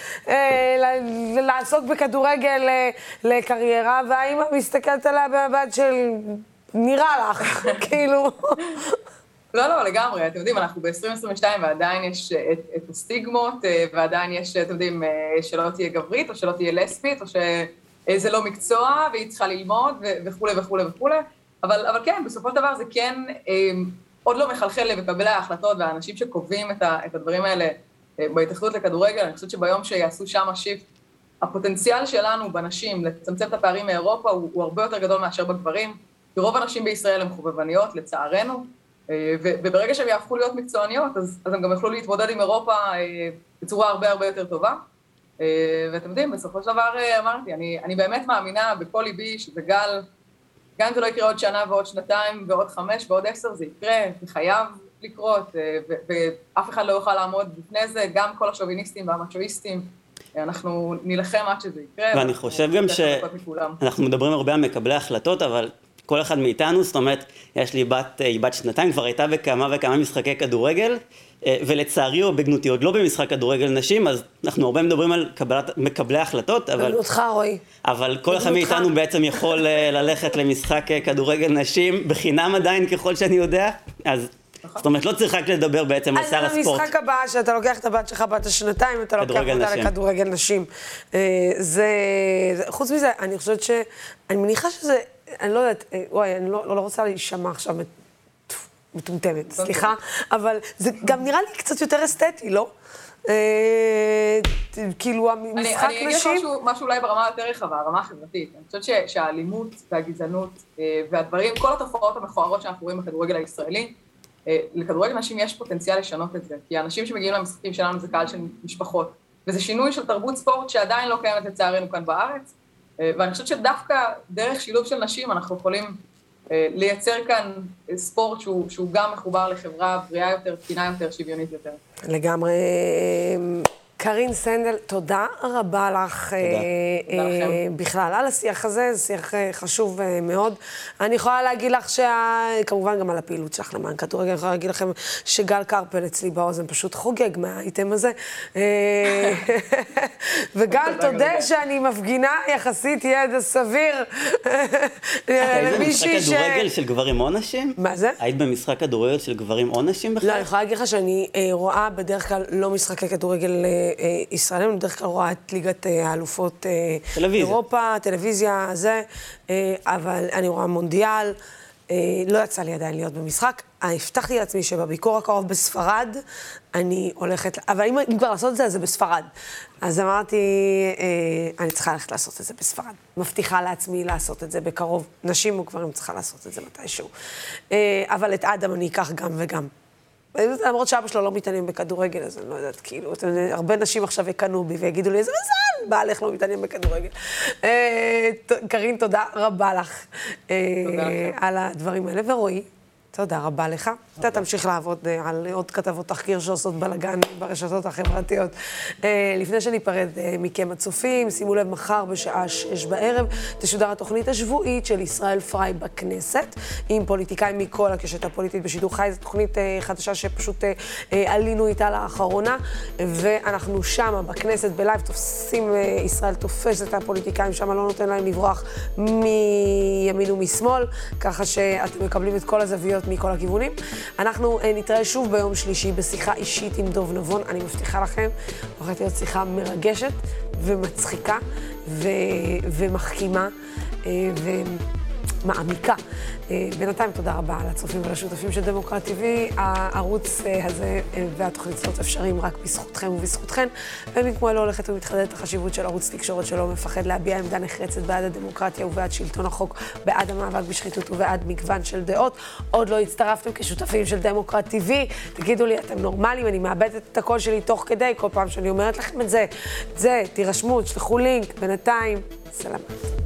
לעסוק בכדורגל לקריירה, והאימא מסתכלת עליה במבט של נראה לך, כאילו... לא, לגמרי. אתם יודעים, אנחנו ב-2022 ועדיין יש את הסטיגמות, ועדיין יש, אתם יודעים, שלא תהיה גברית, או שלא תהיה לסבית, או שזה לא מקצוע, והיא צריכה ללמוד, וכו' וכו' וכו'. אבל כן, בסופו של דבר זה כן עוד לא מחלחל למקבלי ההחלטות, והאנשים שקובעים את הדברים האלה בהתאחדות לכדורגל. אני חושבת שביום שיעשו שם השיפט, הפוטנציאל שלנו בנשים לצמצם את הפערים מאירופה הוא הרבה יותר גדול מאשר בגברים, כי רוב הנשים בישראל הן חובבניות, לצערנו, וברגע שהם יהפכו להיות מקצועניות, אז הם גם יוכלו להתמודד עם אירופה בצורה הרבה יותר טובה. ואתם יודעים, בסופו של דבר אמרתי, אני באמת מאמינה בכל ליבי שזה גל, גם אם זה לא יקרה עוד שנה ועוד 2 ועוד 5 ועוד 10, זה יקרה, זה חייב לקרות, ואף אחד לא יוכל לעמוד בפני זה, גם כל השוביניסטים והמצ'ואיסטים, אנחנו נלחם עד שזה יקרה. ואני חושב גם שאנחנו מדברים הרבה על מקבלי החלטות, אבל כל אחד מאיתנו, זאת אומרת, יש לי בת 2, כבר הייתה בכמה וכמה משחקי כדורגל, ולצערי או בגנותי עוד לא במשחק כדורגל נשים, אז אנחנו הרבה מדברים על מקבלי החלטות, אבל כל אחד מאיתנו בעצם יכול ללכת למשחק כדורגל נשים, בחינם עדיין ככל שאני יודע, אז זאת אומרת, לא צריך רק לדבר בעצם על שר הספורט. אז המשחק הבא, שאתה לוקח את הבת שלך בת 2, אתה לוקח אותה לכדורגל נשים. חוץ מזה, אני חושבת אני מניחה שזה, אני לא יודעת, וואי, אני לא רוצה להישמע עכשיו מטומטמת, סליחה, אבל זה גם נראה לי קצת יותר אסתטי, לא? כאילו, המשחק נשים... אני אגיד משהו אולי ברמה יותר רחבה, הרמה החברתית. אני חושבת שהאלימות והגזענות והדברים, כל התופעות המכוערות שאנחנו רואים בכדורגל הישראלי, לכדורגל נשים יש פוטנציאל לשנות את זה, כי האנשים שמגיעים למשחקים שלנו זה קהל של משפחות, וזה שינוי של תרבות ספורט שעדיין לא קיימת לצערנו כאן בארץ, ואני חושבת שדווקא דרך שילוב של נשים אנחנו יכולים לייצר כאן ספורט שהוא גם מחובר לחברה בריאה יותר, תקינה יותר, שוויונית יותר. לגמרי. קרין סנדל, תודה רבה לך בכלל על השיח הזה, זה שיח חשוב מאוד. אני יכולה להגיד לך כמובן גם על הפעילות שלך למען כדורגל, אני יכולה להגיד לכם שגל קרפל אצלי באוזן פשוט חוגג מהאייטם הזה. וגל, תודה שאני מפגינה יחסית ידע סביר היית במשחק כדורגל של גברים או נשים? מה זה? היית במשחק כדורגל של גברים או נשים בכלל? לא, אני יכולה להגיד לך שאני רואה בדרך כלל לא משחקי כדורגל ישראלים, אני בדרך כלל רואה את ליגת האלופות אירופה, טלוויזיה, זה, אבל אני רואה מונדיאל, לא יצא לי עדיין להיות במשחק. הבטחתי לעצמי שבביקור הקרוב בספרד, אני הולכת, אבל אם כבר לעשות את זה, אז זה בספרד. אז אמרתי, אני צריכה ללכת לעשות את זה בספרד. מבטיחה לעצמי לעשות את זה בקרוב. נשים או גברים צריכה לעשות את זה מתישהו. אבל את אדם אני אקח גם וגם. למרות שאבא שלו לא מתעניין בכדורגל, אז אני לא יודעת, כאילו, הרבה נשים עכשיו יקנו בי ויגידו לי, איזה מזל, בעלך לא מתעניין בכדורגל. קרין, תודה רבה לך על הדברים האלה, ורועי, תודה רבה לך. אתה תמשיך לעבוד על עוד כתבות תחקיר שעושות בלגן ברשתות החברתיות. לפני שניפרד מכם הצופים, שימו לב, מחר בשעה 6 בערב, תשודר התוכנית השבועית של ישראל פריי בכנסת, עם פוליטיקאים מכל הקשת הפוליטית בשידור חי. זו תוכנית חדשה שפשוט עלינו איתה לאחרונה, ואנחנו שמה בכנסת בלייב תופסים, ישראל תופס את הפוליטיקאים, שמה לא נותן להם לברוח מימין ומשמאל, ככה שאתם מקבלים את כל הזוויות קריטיות מכל הכיוונים. אנחנו נתראה שוב ביום שלישי בשיחה אישית עם דוב נבון. אני מבטיחה לכם, הולכת להיות שיחה מרגשת ומצחיקה ומחכימה ומעמיקה. בינתיים תודה רבה לצופים ולשותפים של דמוקרט TV. הערוץ הזה והתוכנית הזאת אפשריים רק בזכותכם ובזכותכן, ומכמו לא הולכת ומתחדדת החשיבות של ערוץ תקשורת שלא מפחד להביע עמדה נחרצת בעד הדמוקרטיה ובעד שלטון החוק, בעד המאבק בשחיתות ובעד מגוון של דעות. עוד לא הצטרפתם כשותפים של דמוקרט TV, תגידו לי, אתם נורמליים? אני מאבדת את הקול שלי תוך כדי, כל פעם שאני אומרת לכם את זה, תירשמו, תשלחו לינק. בינתיים, סלמת.